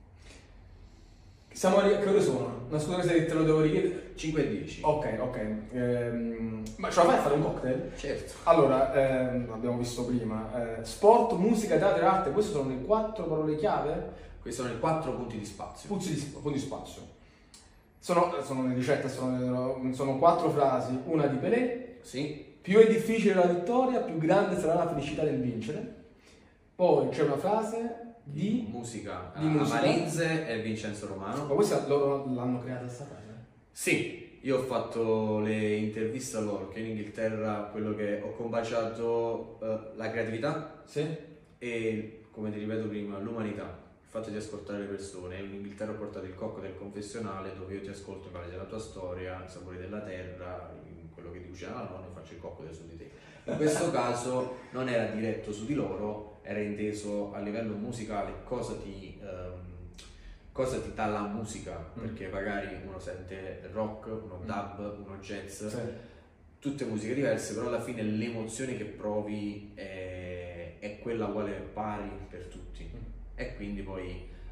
Siamo che ore sono? No, scusa se te lo devo richiedere. 5 e 10. Ok. Ma ce la fai a fare un cocktail? Certo. Allora, abbiamo visto prima, sport, musica, teatro e arte, queste sono le 4 parole chiave? Questi sono i 4 punti di spazio. Punti di spazio. Sono le ricette, sono 4 frasi, una di Pelé. Sì. Più è difficile la vittoria, più grande sarà la felicità del vincere. Poi c'è una frase di musica, Amarizze e Vincenzo Romano. Ma questa loro l'hanno creata questa frase? Sì, io ho fatto le interviste a loro, che in Inghilterra quello che ho combaciato la creatività, e come ti ripeto prima, l'umanità, il fatto di ascoltare le persone. In Inghilterra ho portato il cocco del confessionale, dove io ti ascolto, parli della tua storia, i sapori della terra, quello che ti cucina la nonna, e faccio il cocco su di te. In questo caso non era diretto su di loro, era inteso a livello musicale cosa ti dà la musica, perché magari uno sente rock, uno dub, uno jazz, tutte musiche diverse, però alla fine l'emozione che provi è quella uguale pari per tutti, e quindi poi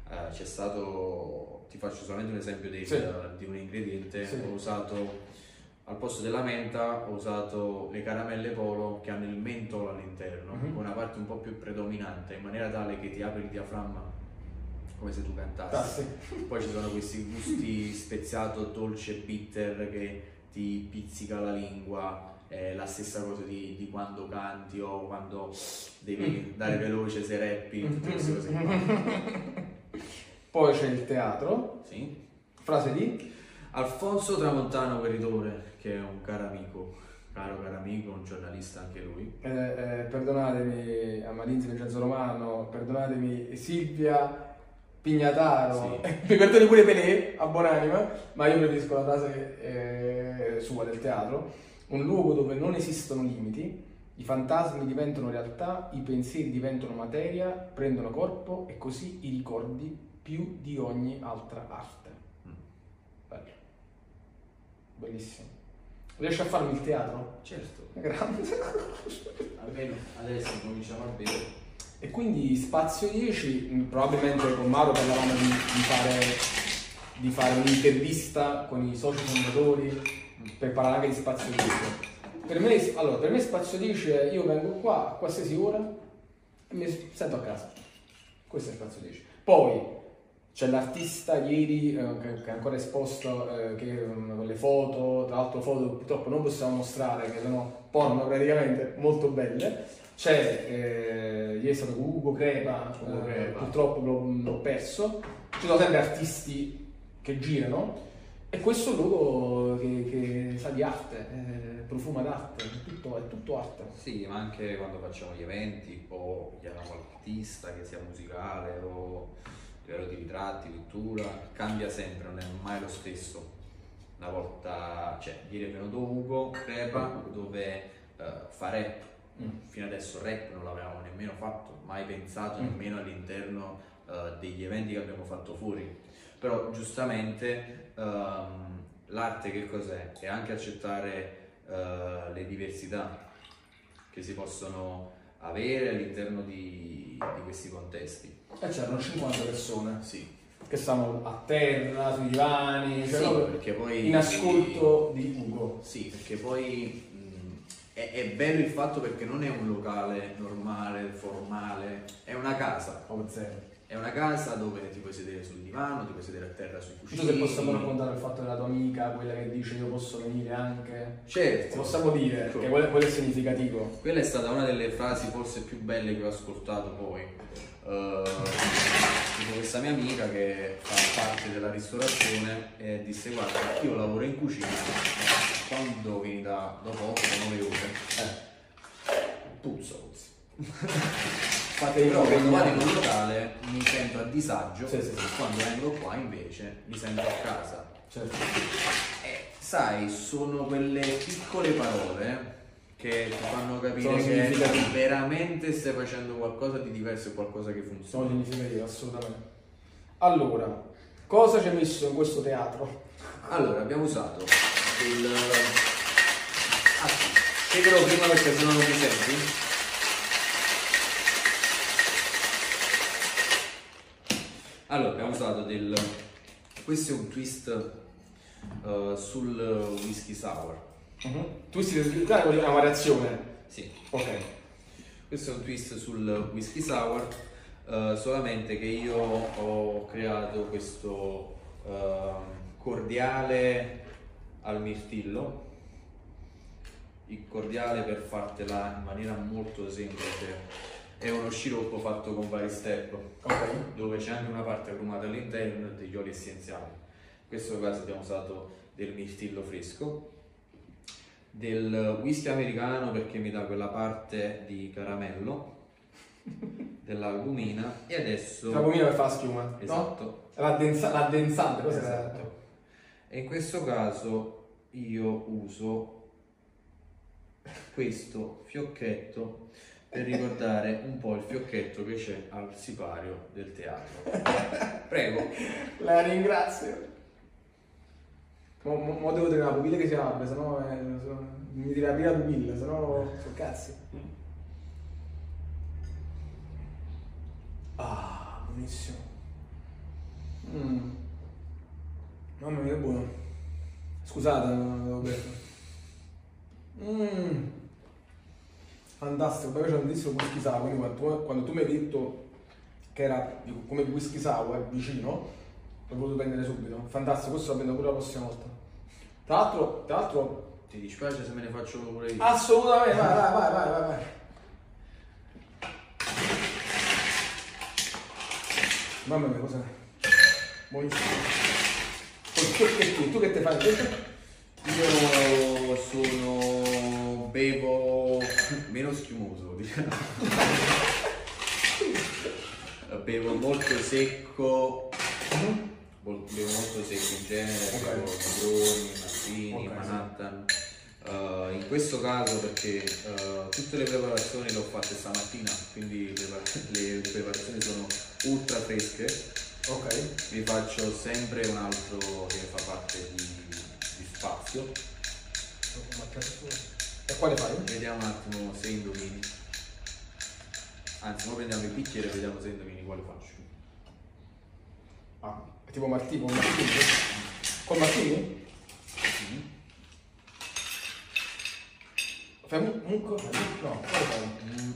c'è stato, ti faccio solamente un esempio di un ingrediente, ho usato al posto della menta, ho usato le caramelle Polo che hanno il mentolo all'interno, con una parte un po' più predominante, in maniera tale che ti apri il diaframma come se tu cantassi. Poi ci sono questi gusti speziato, dolce, bitter che ti pizzica la lingua. La stessa cosa di quando canti o quando devi dare veloce se rappi, tutte queste cose qua. Poi c'è il teatro. Sì. Frase di Alfonso Tramontano Gueritore, che è un caro amico, un giornalista anche lui. Perdonatemi Amalinzi Vincenzo Romano, perdonatemi Silvia Pignataro, mi perdoni pure Pelé a buonanima, ma io preferisco la frase sua del teatro. Un luogo dove non esistono limiti, i fantasmi diventano realtà, i pensieri diventano materia, prendono corpo e così i ricordi più di ogni altra arte. Bello. Bellissimo. Riesci a farmi il teatro? Certo. Grande. Almeno adesso cominciamo a vedere. E quindi Spazio 10, probabilmente con Mauro parlavamo di fare un'intervista con i soci fondatori per parlare anche di Spazio 10. Per me Spazio 10 è io vengo qua a qualsiasi ora e mi sento a casa. Questo è Spazio 10. Poi c'è l'artista ieri che è ancora esposto che con le foto, tra l'altro foto purtroppo non possiamo mostrare che sono porno praticamente, molto belle. C'è ieri è stato Ugo Crepa, purtroppo l'ho perso. Ci sono sempre artisti che girano. E questo è un luogo che sa di arte, profuma d'arte, è tutto arte. Sì, ma anche quando facciamo gli eventi o chiamiamo l'artista, che sia musicale o a livello di ritratti, pittura, cambia sempre, non è mai lo stesso. Una volta, ieri è venuto Ugo Crepa dove fa rap, fino adesso rap non l'avevamo nemmeno fatto, mai pensato nemmeno all'interno degli eventi che abbiamo fatto fuori. Però giustamente l'arte che cos'è? È anche accettare le diversità che si possono avere all'interno di questi contesti. C'erano 50 persone che stavano a terra, sui divani, perché poi in ascolto di Ugo. Sì, perché poi è bello il fatto perché non è un locale normale, formale, è una casa. È una casa dove ti puoi sedere sul divano, ti puoi sedere a terra sui cuscini. Non so se possiamo raccontare il fatto della tua amica, quella che dice io posso venire anche. Certo. Possiamo dire che quello è significativo. Quella è stata una delle frasi forse più belle che ho ascoltato poi. Questa mia amica che fa parte della ristorazione disse guarda io lavoro in cucina, quando vieni dopo 8-9 ore puzzo. Però quando vado in un locale mi sento a disagio, quando vengo qua invece mi sento a casa. Certo. Sai, sono quelle piccole parole che ti fanno capire che veramente stai facendo qualcosa di diverso e qualcosa che funziona. Sono significativo, assolutamente. Allora, cosa ci hai messo in questo teatro? Allora, abbiamo usato spiegherò prima perché se no non mi senti. Allora, abbiamo usato questo è un twist sul whisky sour. Twist è una variazione? Sì. Ok. Questo è un twist sul whisky sour, solamente che io ho creato questo cordiale al mirtillo. Il cordiale, per fartela in maniera molto semplice, è uno sciroppo fatto con vari step, dove c'è anche una parte agrumata all'interno e degli oli essenziali. In questo caso abbiamo usato del mirtillo fresco, del whisky americano perché mi dà quella parte di caramello, dell'albumina e adesso... L'albumina per fare la schiuma, esatto. No? L'addensante, cosa esatto. E in questo caso io uso questo fiocchetto per ricordare un po' il fiocchetto che c'è al sipario del teatro. Prego. La ringrazio. Mo devo tenere la pupilla che si apre, sennò mi tira la pupilla, sennò sono cazzi. Ah, buonissimo. Mamma mia, che buono. Scusate, non l'avevo detto. Fantastico, poi c'è un tantissimo whisky sour, quindi quando tu mi hai detto che era come whisky sour vicino, l'ho voluto prendere subito. Fantastico, questo lo prendo pure la prossima volta. Tra l'altro Ti dispiace se me ne faccio uno pure io? assolutamente, vai. Mamma mia, cos'è? Buonissimo. Tu che te fai invece? Io bevo meno schiumoso, diciamo. Bevo molto secco. Bevo molto secco in genere, bevo Negroni, Martini, Manhattan. In questo caso perché tutte le preparazioni le ho fatte stamattina, quindi le preparazioni sono ultra fresche. Ok. Vi faccio sempre un altro che fa parte di spazio. E quale fai? Vediamo un attimo se indovini. Anzi, ora prendiamo il bicchiere e vediamo se indovini quale faccio. Ah, è tipo Martini? Con Martini? Fai mucco? No, quale fai?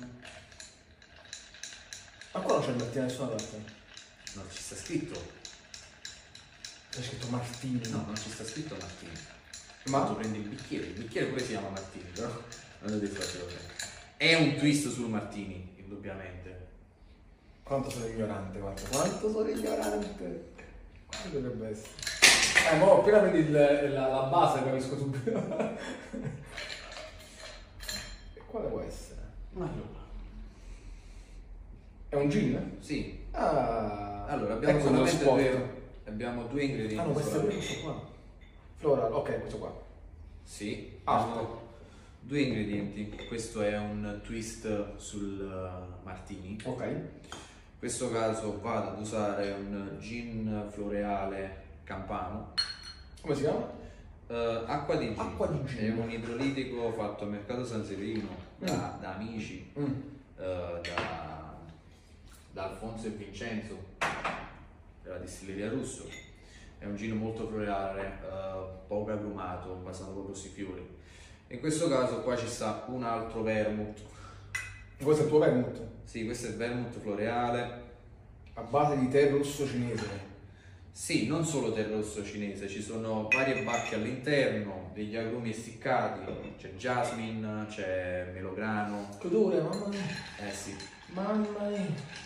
Ma qua non c'è il Martini da nessuna parte. No, ci sta scritto. C'è scritto Martini. No, non ci sta scritto Martini. Ma tu prendi il bicchiere pure si chiama Martini, però non ho detto la è un twist sul Martini, indubbiamente. Quanto sono ignorante, guarda. Quanto sono ignorante. Quanto dovrebbe essere? Mo appena vedi la base capisco subito. E quale può essere? Allora. È un gin? Sì. Ah, allora abbiamo ecco abbiamo due ingredienti. Ah no, questo è questo qua. Floral, ok, questo qua. Sì. Arte. Due ingredienti. Questo è un twist sul Martini. Ok. In questo caso vado ad usare un gin floreale campano. Come si chiama? Acqua di gin. Acqua di gin. È un idrolitico fatto al mercato San Severino da amici, da Alfonso e Vincenzo della distilleria Russo. È un gin molto floreale, poco agrumato, basato proprio sui fiori. In questo caso qua ci sta un altro vermouth. Questo è il tuo vermouth? Sì, questo è il vermouth floreale. A base di tè rosso cinese? Sì, non solo tè rosso cinese, ci sono varie bacche all'interno, degli agrumi essiccati, c'è jasmine, c'è melograno. Che odore, mamma mia! Sì. Mamma mia!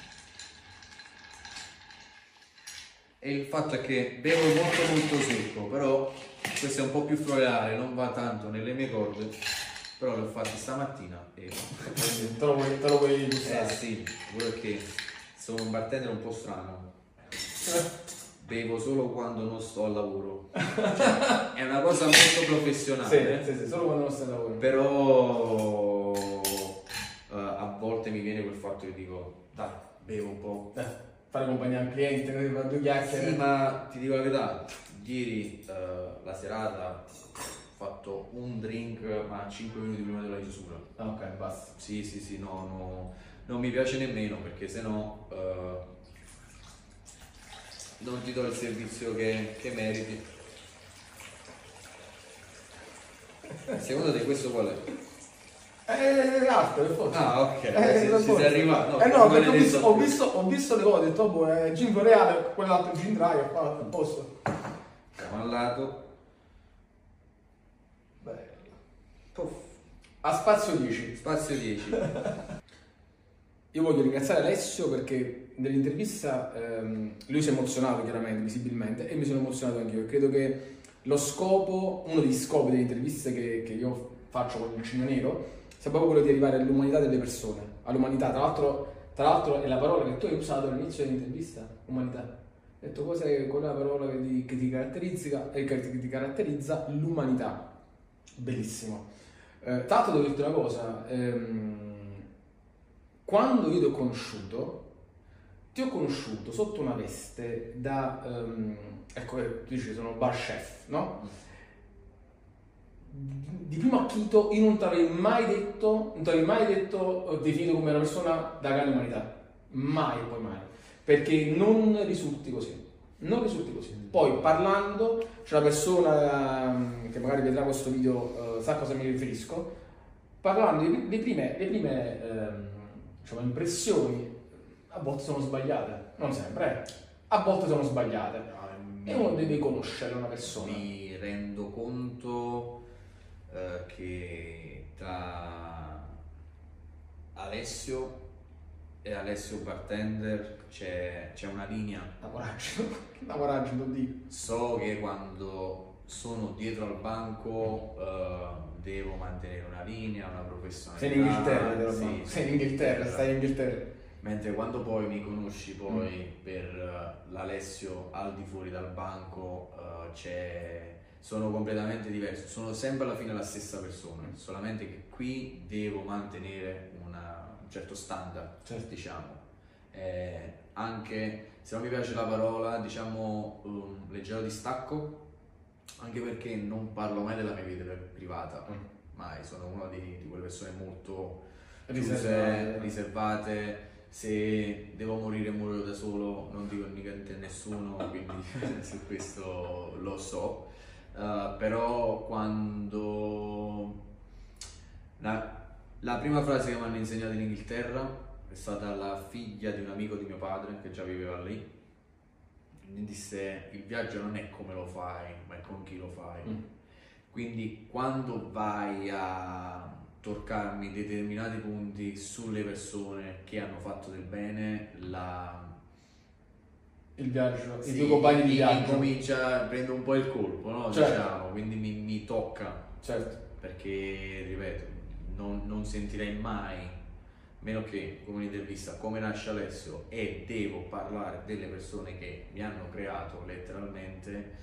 E il fatto è che bevo molto secco, però questo è un po' più floreale, non va tanto nelle mie corde, però l'ho fatto stamattina e te lo vuoi gustare? sì, pure che sono un bartender un po' strano. Bevo solo quando non sto al lavoro. Cioè, è una cosa molto professionale. Sì, solo quando non stai al lavoro. Però a volte mi viene quel fatto che dico, dai, bevo un po'. Fare compagnia al cliente, fare due chiacchiere. Sì, ma ti dico la verità, ieri la serata ho fatto un drink ma 5 minuti prima della chiusura. Ah, ok, basta. Sì, no, non mi piace nemmeno perché sennò non ti do il servizio che meriti. Secondo te questo qual è? Arte, per forza. Ah, ok, ci sei arrivato. No, perché ho visto le cose, ho detto, boh, è gin floreale, quell'altro gin dry, a posto. Siamo al lato. Bello. Puff. A spazio 10. Spazio 10. Io voglio ringraziare Alessio perché nell'intervista lui si è emozionato chiaramente, visibilmente, e mi sono emozionato anch'io. Credo che lo scopo, uno degli scopi delle interviste che io faccio con il Cigno Nero, sia proprio quello di arrivare all'umanità delle persone, all'umanità. Tra l'altro è la parola che tu hai usato all'inizio dell'intervista, umanità. Hai detto cos'è quella parola che ti caratterizza l'umanità. Bellissimo. Tra l'altro devo dirti una cosa, quando io ti ho conosciuto sotto una veste da, ecco, tu dici sono bar chef, no? Di primo acchito io non ti avrei mai detto, definito come una persona da grande umanità, mai, perché non risulti così. Non risulti così. Poi parlando, c'è una persona che magari vedrà questo video, sa a cosa mi riferisco, parlando le prime diciamo, impressioni, a volte sono sbagliate, non sempre, a volte sono sbagliate. E uno deve conoscere una persona. Mi rendo conto che tra Alessio e Alessio Bartender c'è una linea. Lavoraggio, non dico. So che quando sono dietro al banco devo mantenere una linea, una professionalità. Sei in Inghilterra, sì, sei in Inghilterra, stai in Inghilterra. Mentre quando poi mi conosci per l'Alessio al di fuori dal banco sono completamente diverso, sono sempre alla fine la stessa persona, solamente che qui devo mantenere un certo standard, diciamo. Anche se non mi piace la parola, diciamo leggero distacco, anche perché non parlo mai della mia vita privata, mai, sono una di quelle persone molto riservate. Se devo morire muoio da solo, non dico niente a nessuno, quindi su questo lo so. Però quando la prima frase che mi hanno insegnato in Inghilterra è stata la figlia di un amico di mio padre che già viveva lì, mi disse: il viaggio non è come lo fai, ma è con chi lo fai. Quindi quando vai a toccarmi determinati punti sulle persone che hanno fatto del bene, il viaggio, i tuoi compagni di viaggio prende un po' il colpo, no? Certo. Diciamo, quindi mi tocca, certo, perché ripeto, non sentirei mai, meno che come un'intervista come nasce Alessio e devo parlare delle persone che mi hanno creato letteralmente,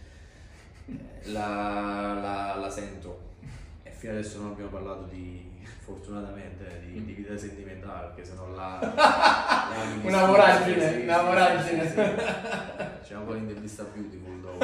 la sento. E fino adesso non abbiamo parlato fortunatamente di vita sentimentale, perché sennò una voragine. C'è un po' l'intervista beautiful dopo.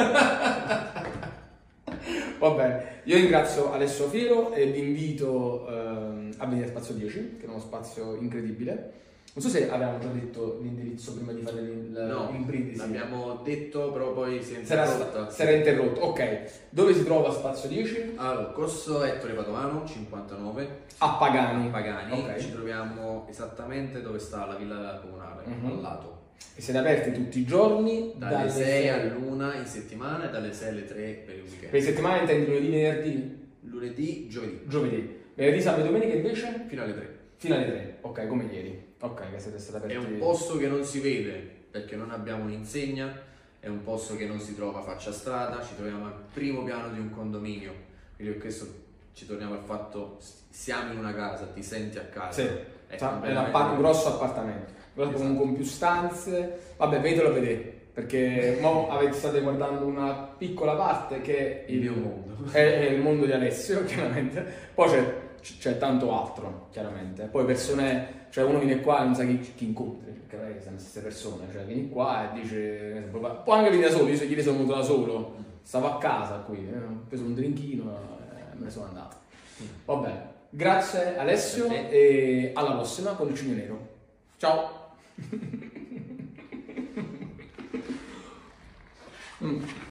Va bene, io ringrazio Alessio Fiero e vi invito a venire a Spazio 10, che è uno spazio incredibile. Non so se avevamo già detto l'indirizzo prima di fare il brindisi. L'abbiamo detto, però poi si era interrotto. Ok, dove si trova Spazio 10? Allora, corso Ettore Padovano, 59. A Pagani. Okay. Ci troviamo esattamente dove sta la villa comunale, al lato. E siete aperti tutti i giorni? Dalle 6 all'1 in settimana e dalle 6 alle 3 per il weekend. Per settimana intendi lunedì, venerdì? Lunedì, giovedì. Venerdì, sabato e domenica invece? Fino alle 3. Fino alle 3, ok, come ieri. Ok, che siete stati aperti. È un posto che non si vede perché non abbiamo un'insegna, è un posto che non si trova faccia strada, ci troviamo al primo piano di un condominio, quindi per questo ci torniamo al fatto, siamo in una casa, ti senti a casa. Sì, è un grosso appartamento, con più stanze, vabbè, vedetelo a vedere, perché mo state guardando una piccola parte che è il mio mondo. È il mondo di Alessio, chiaramente, poi c'è tanto altro, chiaramente. Poi persone, cioè uno viene qua e non sa chi incontri, perché non è che siamo le stesse persone, cioè vieni qua e dice, può anche venire da solo, io ieri sono venuto da solo, stavo a casa qui, ho preso un drinkino e me ne sono andato. Va bene, grazie Alessio e alla prossima con il Cigno Nero. Ciao!